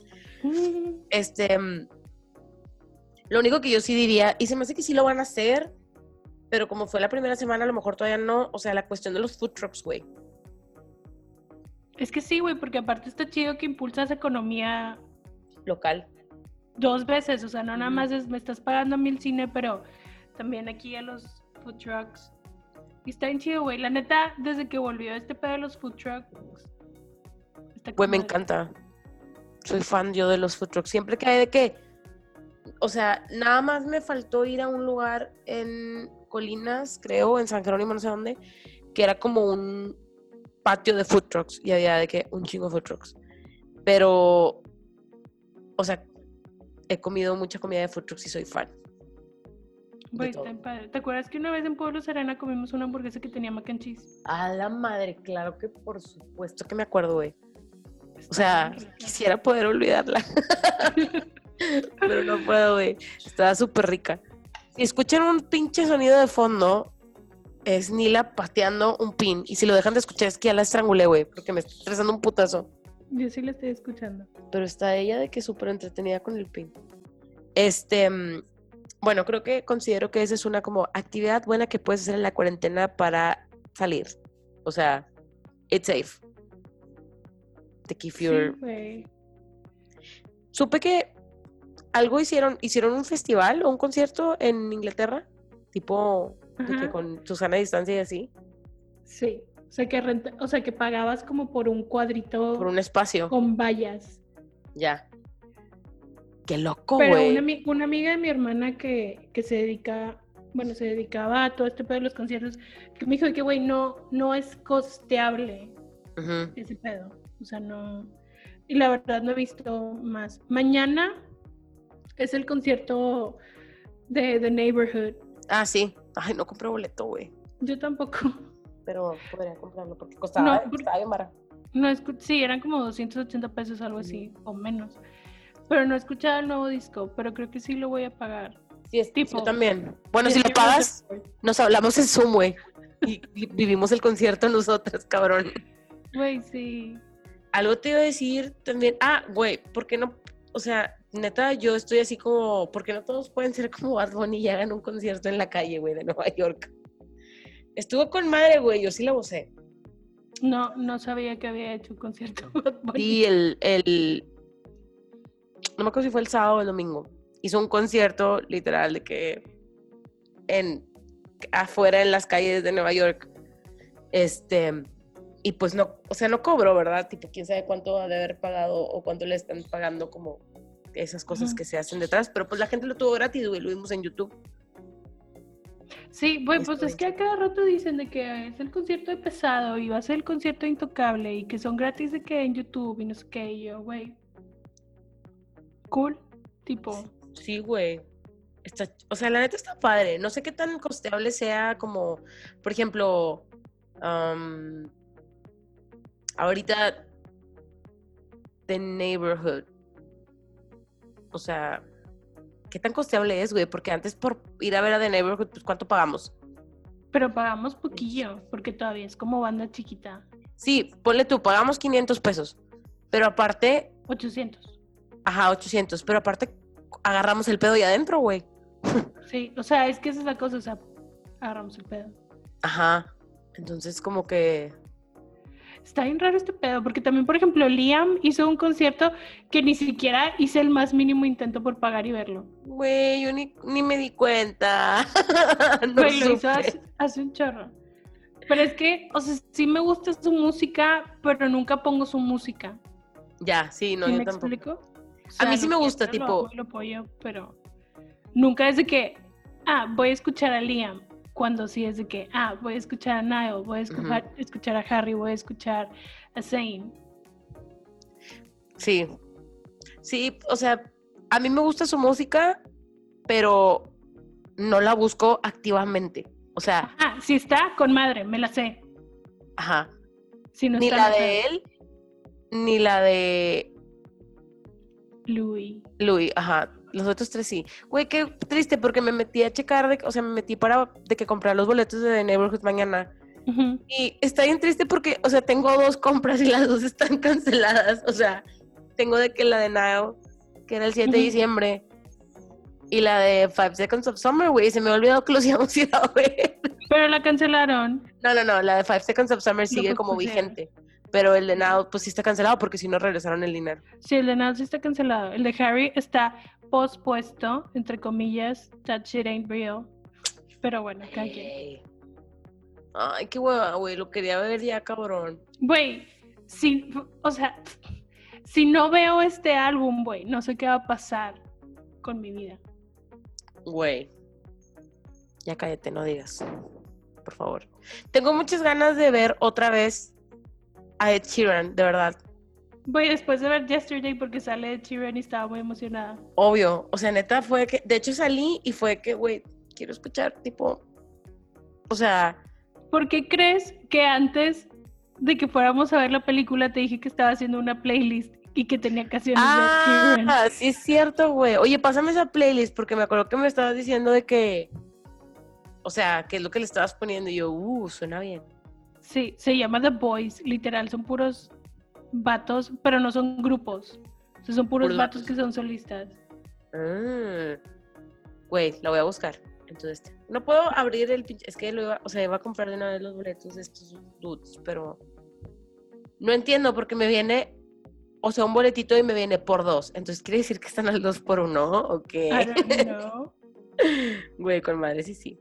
Lo único que yo sí diría, y se me hace que sí lo van a hacer, pero como fue la primera semana, a lo mejor todavía no, o sea, la cuestión de los food trucks, güey. Es que sí, güey, porque aparte está chido que impulsas economía local. 2 veces, o sea, no nada más me estás pagando a mí el cine, pero también aquí a los food trucks. Y está bien chido, güey. La neta, desde que volvió este pedo de los food trucks. Güey, me encanta. Soy fan yo de los food trucks. Siempre que hay de que... O sea, nada más me faltó ir a un lugar en Colinas, creo, en San Jerónimo, no sé dónde, que era como un patio de food trucks y había de que un chingo de food trucks. Pero, o sea, he comido mucha comida de food trucks y soy fan. Güey, ¿te acuerdas que una vez en Pueblo Serena comimos una hamburguesa que tenía mac and cheese? A la madre, claro que por supuesto que me acuerdo, güey. O sea, quisiera poder olvidarla. Pero no puedo, güey. Estaba súper rica. Si escuchan un pinche sonido de fondo, es Nila pateando un pin. Y si lo dejan de escuchar es que ya la estrangulé, güey, porque me está estresando un putazo. Yo sí la estoy escuchando. Pero está ella de que súper entretenida con el pin. Bueno, considero que esa es una como actividad buena que puedes hacer en la cuarentena para salir. O sea, it's safe. To keep your... Sí, güey. Supe que algo hicieron un festival o un concierto en Inglaterra, tipo de que Ajá. con Susana a distancia y así, Sí. O sea, que pagabas como por un cuadrito por un espacio. con vallas. Ya. Qué loco, Pero güey. una amiga de mi hermana que se dedicaba a todo este pedo de los conciertos, que me dijo de que, güey, no es costeable Ujú. ese pedo. O sea, no. Y la verdad no he visto más. Mañana es el concierto de The Neighborhood. Ah, sí. Ay, no compré boleto, güey. Yo tampoco. Pero podría comprarlo porque No, costaba porque bien barato. sí, eran como 280 pesos, algo así, o menos. Pero no he escuchado el nuevo disco, pero creo que sí lo voy a pagar. Sí, Tipo, yo también. Bueno, si Yes, lo You're pagas, Right. nos hablamos en Zoom, güey. Y vivimos el concierto nosotras, cabrón. Güey, sí. Algo te iba a decir también. Ah, güey, ¿por qué no? O sea, neta, yo estoy así como, ¿por qué no todos pueden ser como Bad Bunny y hagan un concierto en la calle, güey, de Nueva York? Estuvo con madre, güey, yo sí la gocé. No sabía que había hecho un concierto Bad Bunny. Y no me acuerdo si fue el sábado o el domingo, hizo un concierto literal de que afuera en las calles de Nueva York, y pues no, o sea, no cobró, ¿verdad? Tipo, quién sabe cuánto ha de haber pagado o cuánto le están pagando como esas cosas que se hacen detrás, pero pues la gente lo tuvo gratis, güey, lo vimos en YouTube. Sí, güey, pues es que a cada rato dicen de que es el concierto de Pesado y va a ser el concierto de Intocable y que son gratis de que en YouTube y no sé qué, y yo, güey. Cool, tipo. Sí, güey. O sea, la neta está padre. No sé qué tan costeable sea como, por ejemplo, ahorita The Neighborhood. O sea, ¿qué tan costeable es, güey? Porque antes por ir a ver a The Neighborhood, pues ¿cuánto pagamos? Pero pagamos poquillo, porque todavía es como banda chiquita. Sí, ponle tú, pagamos 500 pesos. Pero aparte, 800. ajá, 800. Pero aparte, agarramos el pedo ahí adentro, güey. Sí, o sea, es que esa es la cosa, o sea, agarramos el pedo. Ajá. Entonces, como que... Está bien raro este pedo, porque también, por ejemplo, Liam hizo un concierto que ni siquiera hice el más mínimo intento por pagar y verlo. Güey, yo ni me di cuenta. No Güey, lo hizo supe. hace un chorro. Pero es que, o sea, sí me gusta su música, pero nunca pongo su música. Ya, sí, no, ¿Sí yo me tampoco. explico? O A mí sea, sí lo me quiero, gusta, lo tipo, amo y lo apoyo, pero nunca es de que, voy a escuchar a Liam. Cuando sí es de que, voy a escuchar a Niall, voy a escuchar a Harry, voy a escuchar a Zayn. sí. Sí, o sea, a mí me gusta su música, pero no la busco activamente. O sea, Si está, con madre, me la sé. ajá. Si no Ni está, la no de pedo. él, ni la de Louis. Louis, ajá. Los otros tres sí. Güey, qué triste, porque me metí a checar, me metí para de que comprar los boletos de The Neighborhood mañana. Uh-huh. Y está bien triste porque, o sea, tengo 2 compras y las 2 están canceladas. O sea, tengo de que la de Nile, que era el 7 de diciembre, y la de 5 Seconds of Summer, güey. Se me ha olvidado que los íbamos a ir a ver. Pero la cancelaron. No, la de 5 Seconds of Summer sigue Lo como pospusieron. vigente. Pero el de Now, pues sí está cancelado porque si no regresaron el dinero. Sí, el de Nile sí está cancelado. El de Harry está pospuesto, entre comillas. That shit ain't real. Pero bueno, calle. Ay, qué hueva, güey. Lo quería ver ya, cabrón. Güey, si no veo este álbum, güey, no sé qué va a pasar con mi vida. Güey. Ya cállate, no digas. Por favor. Tengo muchas ganas de ver otra vez a Ed Sheeran, de verdad. Güey, después de ver Yesterday, porque sale Ed Sheeran y estaba muy emocionada. Obvio. O sea, neta, fue que... De hecho, salí y fue que, güey, quiero escuchar, tipo... O sea... ¿Por qué crees que antes de que fuéramos a ver la película te dije que estaba haciendo una playlist y que tenía canciones de Ed Sheeran? Sí es cierto, güey. Oye, pásame esa playlist porque me acuerdo que me estabas diciendo de que O sea, ¿qué es lo que le estabas poniendo? Y yo, suena bien. Sí, se llama The Boys, literal, son puros vatos, pero no son grupos. O sea, son puros vatos que son solistas. Güey, la voy a buscar. Entonces, no puedo abrir el pinche, es que iba a comprar de una vez los boletos de estos dudes, pero no entiendo porque me viene, o sea, un boletito y me viene por 2. Entonces, ¿quiere decir que están al 2 por 1? ¿O qué? I don't know. Güey, con madre, sí.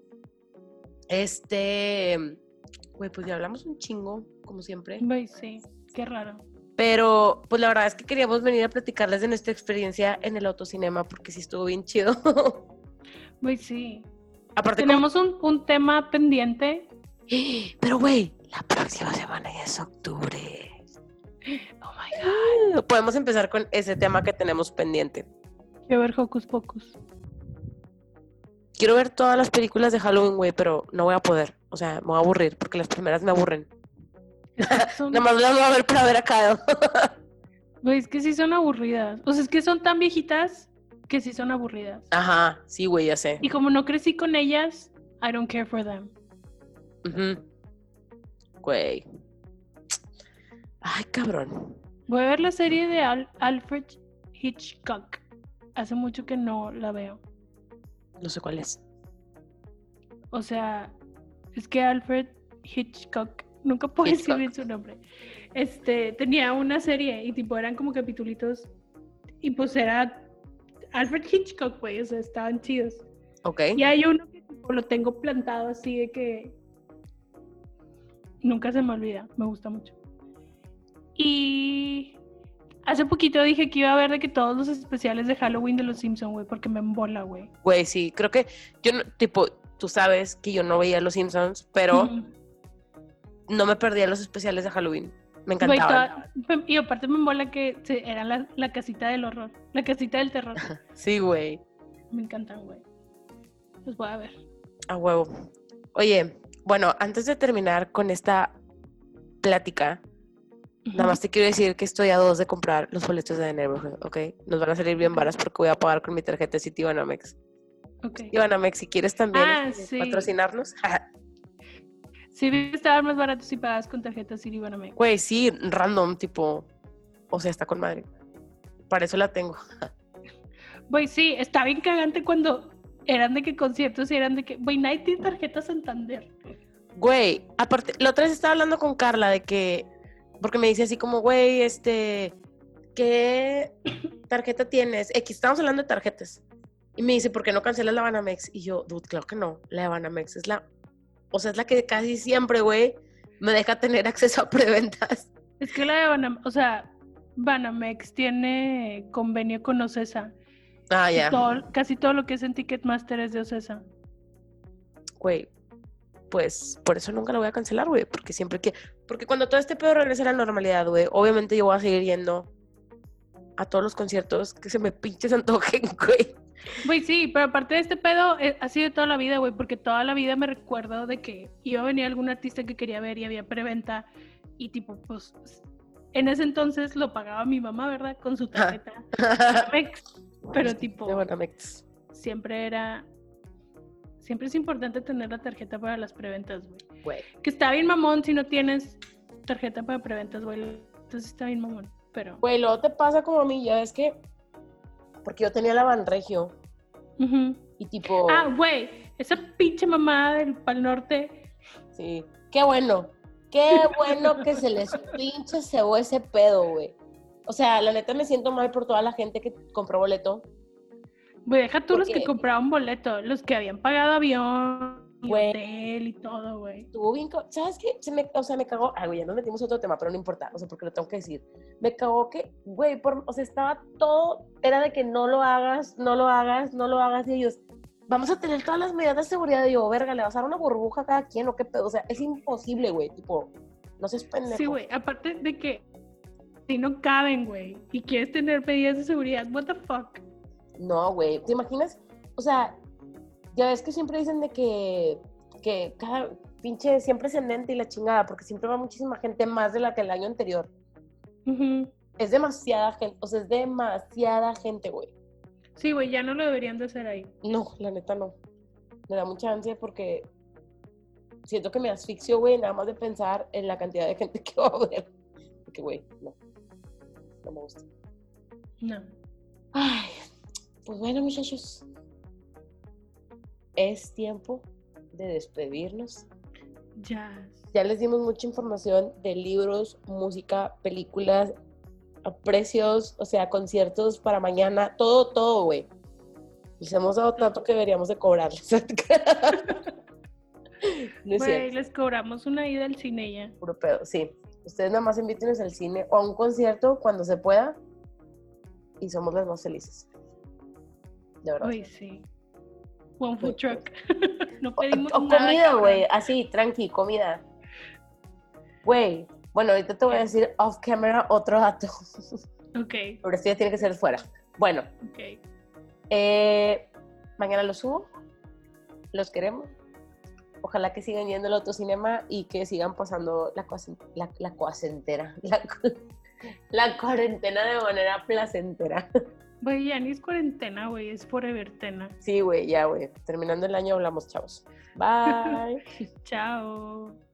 Güey, pues ya hablamos un chingo, como siempre. Güey, sí, qué raro. Pero, pues la verdad es que queríamos venir a platicarles de nuestra experiencia en el autocinema, porque sí estuvo bien chido. Güey, sí. Aparte, tenemos un tema pendiente. Pero, güey, la próxima semana ya es octubre. Oh my God. Podemos empezar con ese tema que tenemos pendiente. Quiero ver Hocus Pocus. Quiero ver todas las películas de Halloween, güey, pero no voy a poder. O sea, me voy a aburrir, porque las primeras me aburren. Nada más las voy a ver para ver a Kyle. Güey, es que sí son aburridas. O sea, es que son tan viejitas que sí son aburridas. Ajá, sí, güey, ya sé. Y como no crecí con ellas, I don't care for them. Güey. Ay, cabrón. Voy a ver la serie de Alfred Hitchcock. Hace mucho que no la veo. No sé cuál es. O sea, es que Alfred Hitchcock, nunca puedo decir bien su nombre. Tenía una serie y tipo eran como capitulitos y pues era Alfred Hitchcock, güey, o sea, estaban chidos. Ok. Y hay uno que tipo, lo tengo plantado así de que nunca se me olvida, me gusta mucho. Y hace poquito dije que iba a ver de que todos los especiales de Halloween de los Simpsons, güey, porque me embola, güey. Güey, sí, creo que yo, tipo, tú sabes que yo no veía Los Simpsons, pero no me perdía los especiales de Halloween. Me encantaban. Y aparte me embola que era la casita del horror, la casita del terror. Sí, güey. Me encantan, güey. Los voy a ver. A huevo. Oye, bueno, antes de terminar con esta plática, nada más te quiero decir que estoy a 2 de comprar los boletos de The Neighborhood, ¿ok? Nos van a salir bien varas porque voy a pagar con mi tarjeta de Citibanamex. Ok. Citibanamex, si quieres también sí. patrocinarnos. Sí, estaban más baratos si pagas con tarjeta Citibanamex. Güey, sí, random, tipo, o sea, está con madre. Para eso la tengo. Güey, sí, está bien cagante cuando eran de que conciertos y eran de que, güey, nadie tiene tarjeta Santander. Güey, aparte, la otra vez estaba hablando con Carla de que, porque me dice así como, güey, ¿qué tarjeta tienes? Estamos hablando de tarjetas. Y me dice, ¿por qué no cancelas la Banamex? Y yo, dude, claro que no, la de Banamex es la que casi siempre, güey, me deja tener acceso a preventas. Es que la de Banamex, o sea, Banamex tiene convenio con Ocesa. Ah, ya. Casi todo lo que es en Ticketmaster es de Ocesa. Güey, pues por eso nunca la voy a cancelar, güey, porque cuando todo este pedo regrese a la normalidad, güey, obviamente yo voy a seguir yendo a todos los conciertos que se me pinches antojen, güey. Güey, sí, pero aparte de este pedo, ha sido toda la vida, güey, porque toda la vida me recuerdo de que iba a venir algún artista que quería ver y había preventa y tipo, pues, en ese entonces lo pagaba mi mamá, ¿verdad? Con su tarjeta Banamex, pero tipo, De Banamex. siempre es importante tener la tarjeta para las preventas, güey. Güey. Que está bien mamón si no tienes tarjeta para preventas, güey, entonces está bien mamón, pero... Güey, luego te pasa como a mí, ya ves que, porque yo tenía la Banregio. Y tipo... Ah, güey, esa pinche mamada del Pal Norte. Sí, qué bueno que se les pinche cebó ese pedo, güey. O sea, la neta me siento mal por toda la gente que compró boleto. Güey, deja tú los que compraban boleto, los que habían pagado avión y hotel y todo, güey. Estuvo bien, ¿sabes qué? Me cagó, güey, ya nos metimos a otro tema, pero no importa, o sea, porque lo tengo que decir. Me cagó que, güey, o sea, estaba todo, era de que no lo hagas, y ellos, vamos a tener todas las medidas de seguridad, y yo, verga, le vas a dar una burbuja a cada quien, o qué pedo, o sea, es imposible, güey, tipo, no seas pendejo. Sí, güey, aparte de que si no caben, güey, y quieres tener medidas de seguridad, what the fuck. No, güey, ¿te imaginas? O sea, ya ves que siempre dicen de que cada pinche siempre es ascendente y la chingada, porque siempre va muchísima gente más de la que el año anterior. Es demasiada gente, o sea, es demasiada gente, güey. Sí, güey, ya no lo deberían de hacer ahí. No, la neta no. Me da mucha ansia porque siento que me asfixio, güey, nada más de pensar en la cantidad de gente que va a ver. Porque, güey, no me gusta. No. Ay, pues bueno, muchachos. Es tiempo de despedirnos. Ya. Ya les dimos mucha información de libros, música, películas, a precios, o sea, conciertos para mañana, todo, güey. Les hemos dado tanto que deberíamos de cobrarles. No es Güey, cierto, les cobramos una ida al cine ya. puro pedo, sí. Ustedes nada más invítenos al cine o a un concierto cuando se pueda y somos las más felices. De verdad. Uy, sí. One food Sí. truck. No pedimos O nada, comida, cabrón. güey, así, tranqui, comida. Güey, bueno, ahorita te voy a decir off camera otro dato. Ok, Pero esto ya tiene que ser fuera. Bueno, ok. mañana lo subo. Los queremos. Ojalá que sigan yendo al autocinema y que sigan pasando la cuarentena. La cuarentena de manera placentera. Güey, ya ni es cuarentena, güey, es forevertena. Sí, güey, ya, güey. Terminando el año hablamos, chavos. Bye. Chao.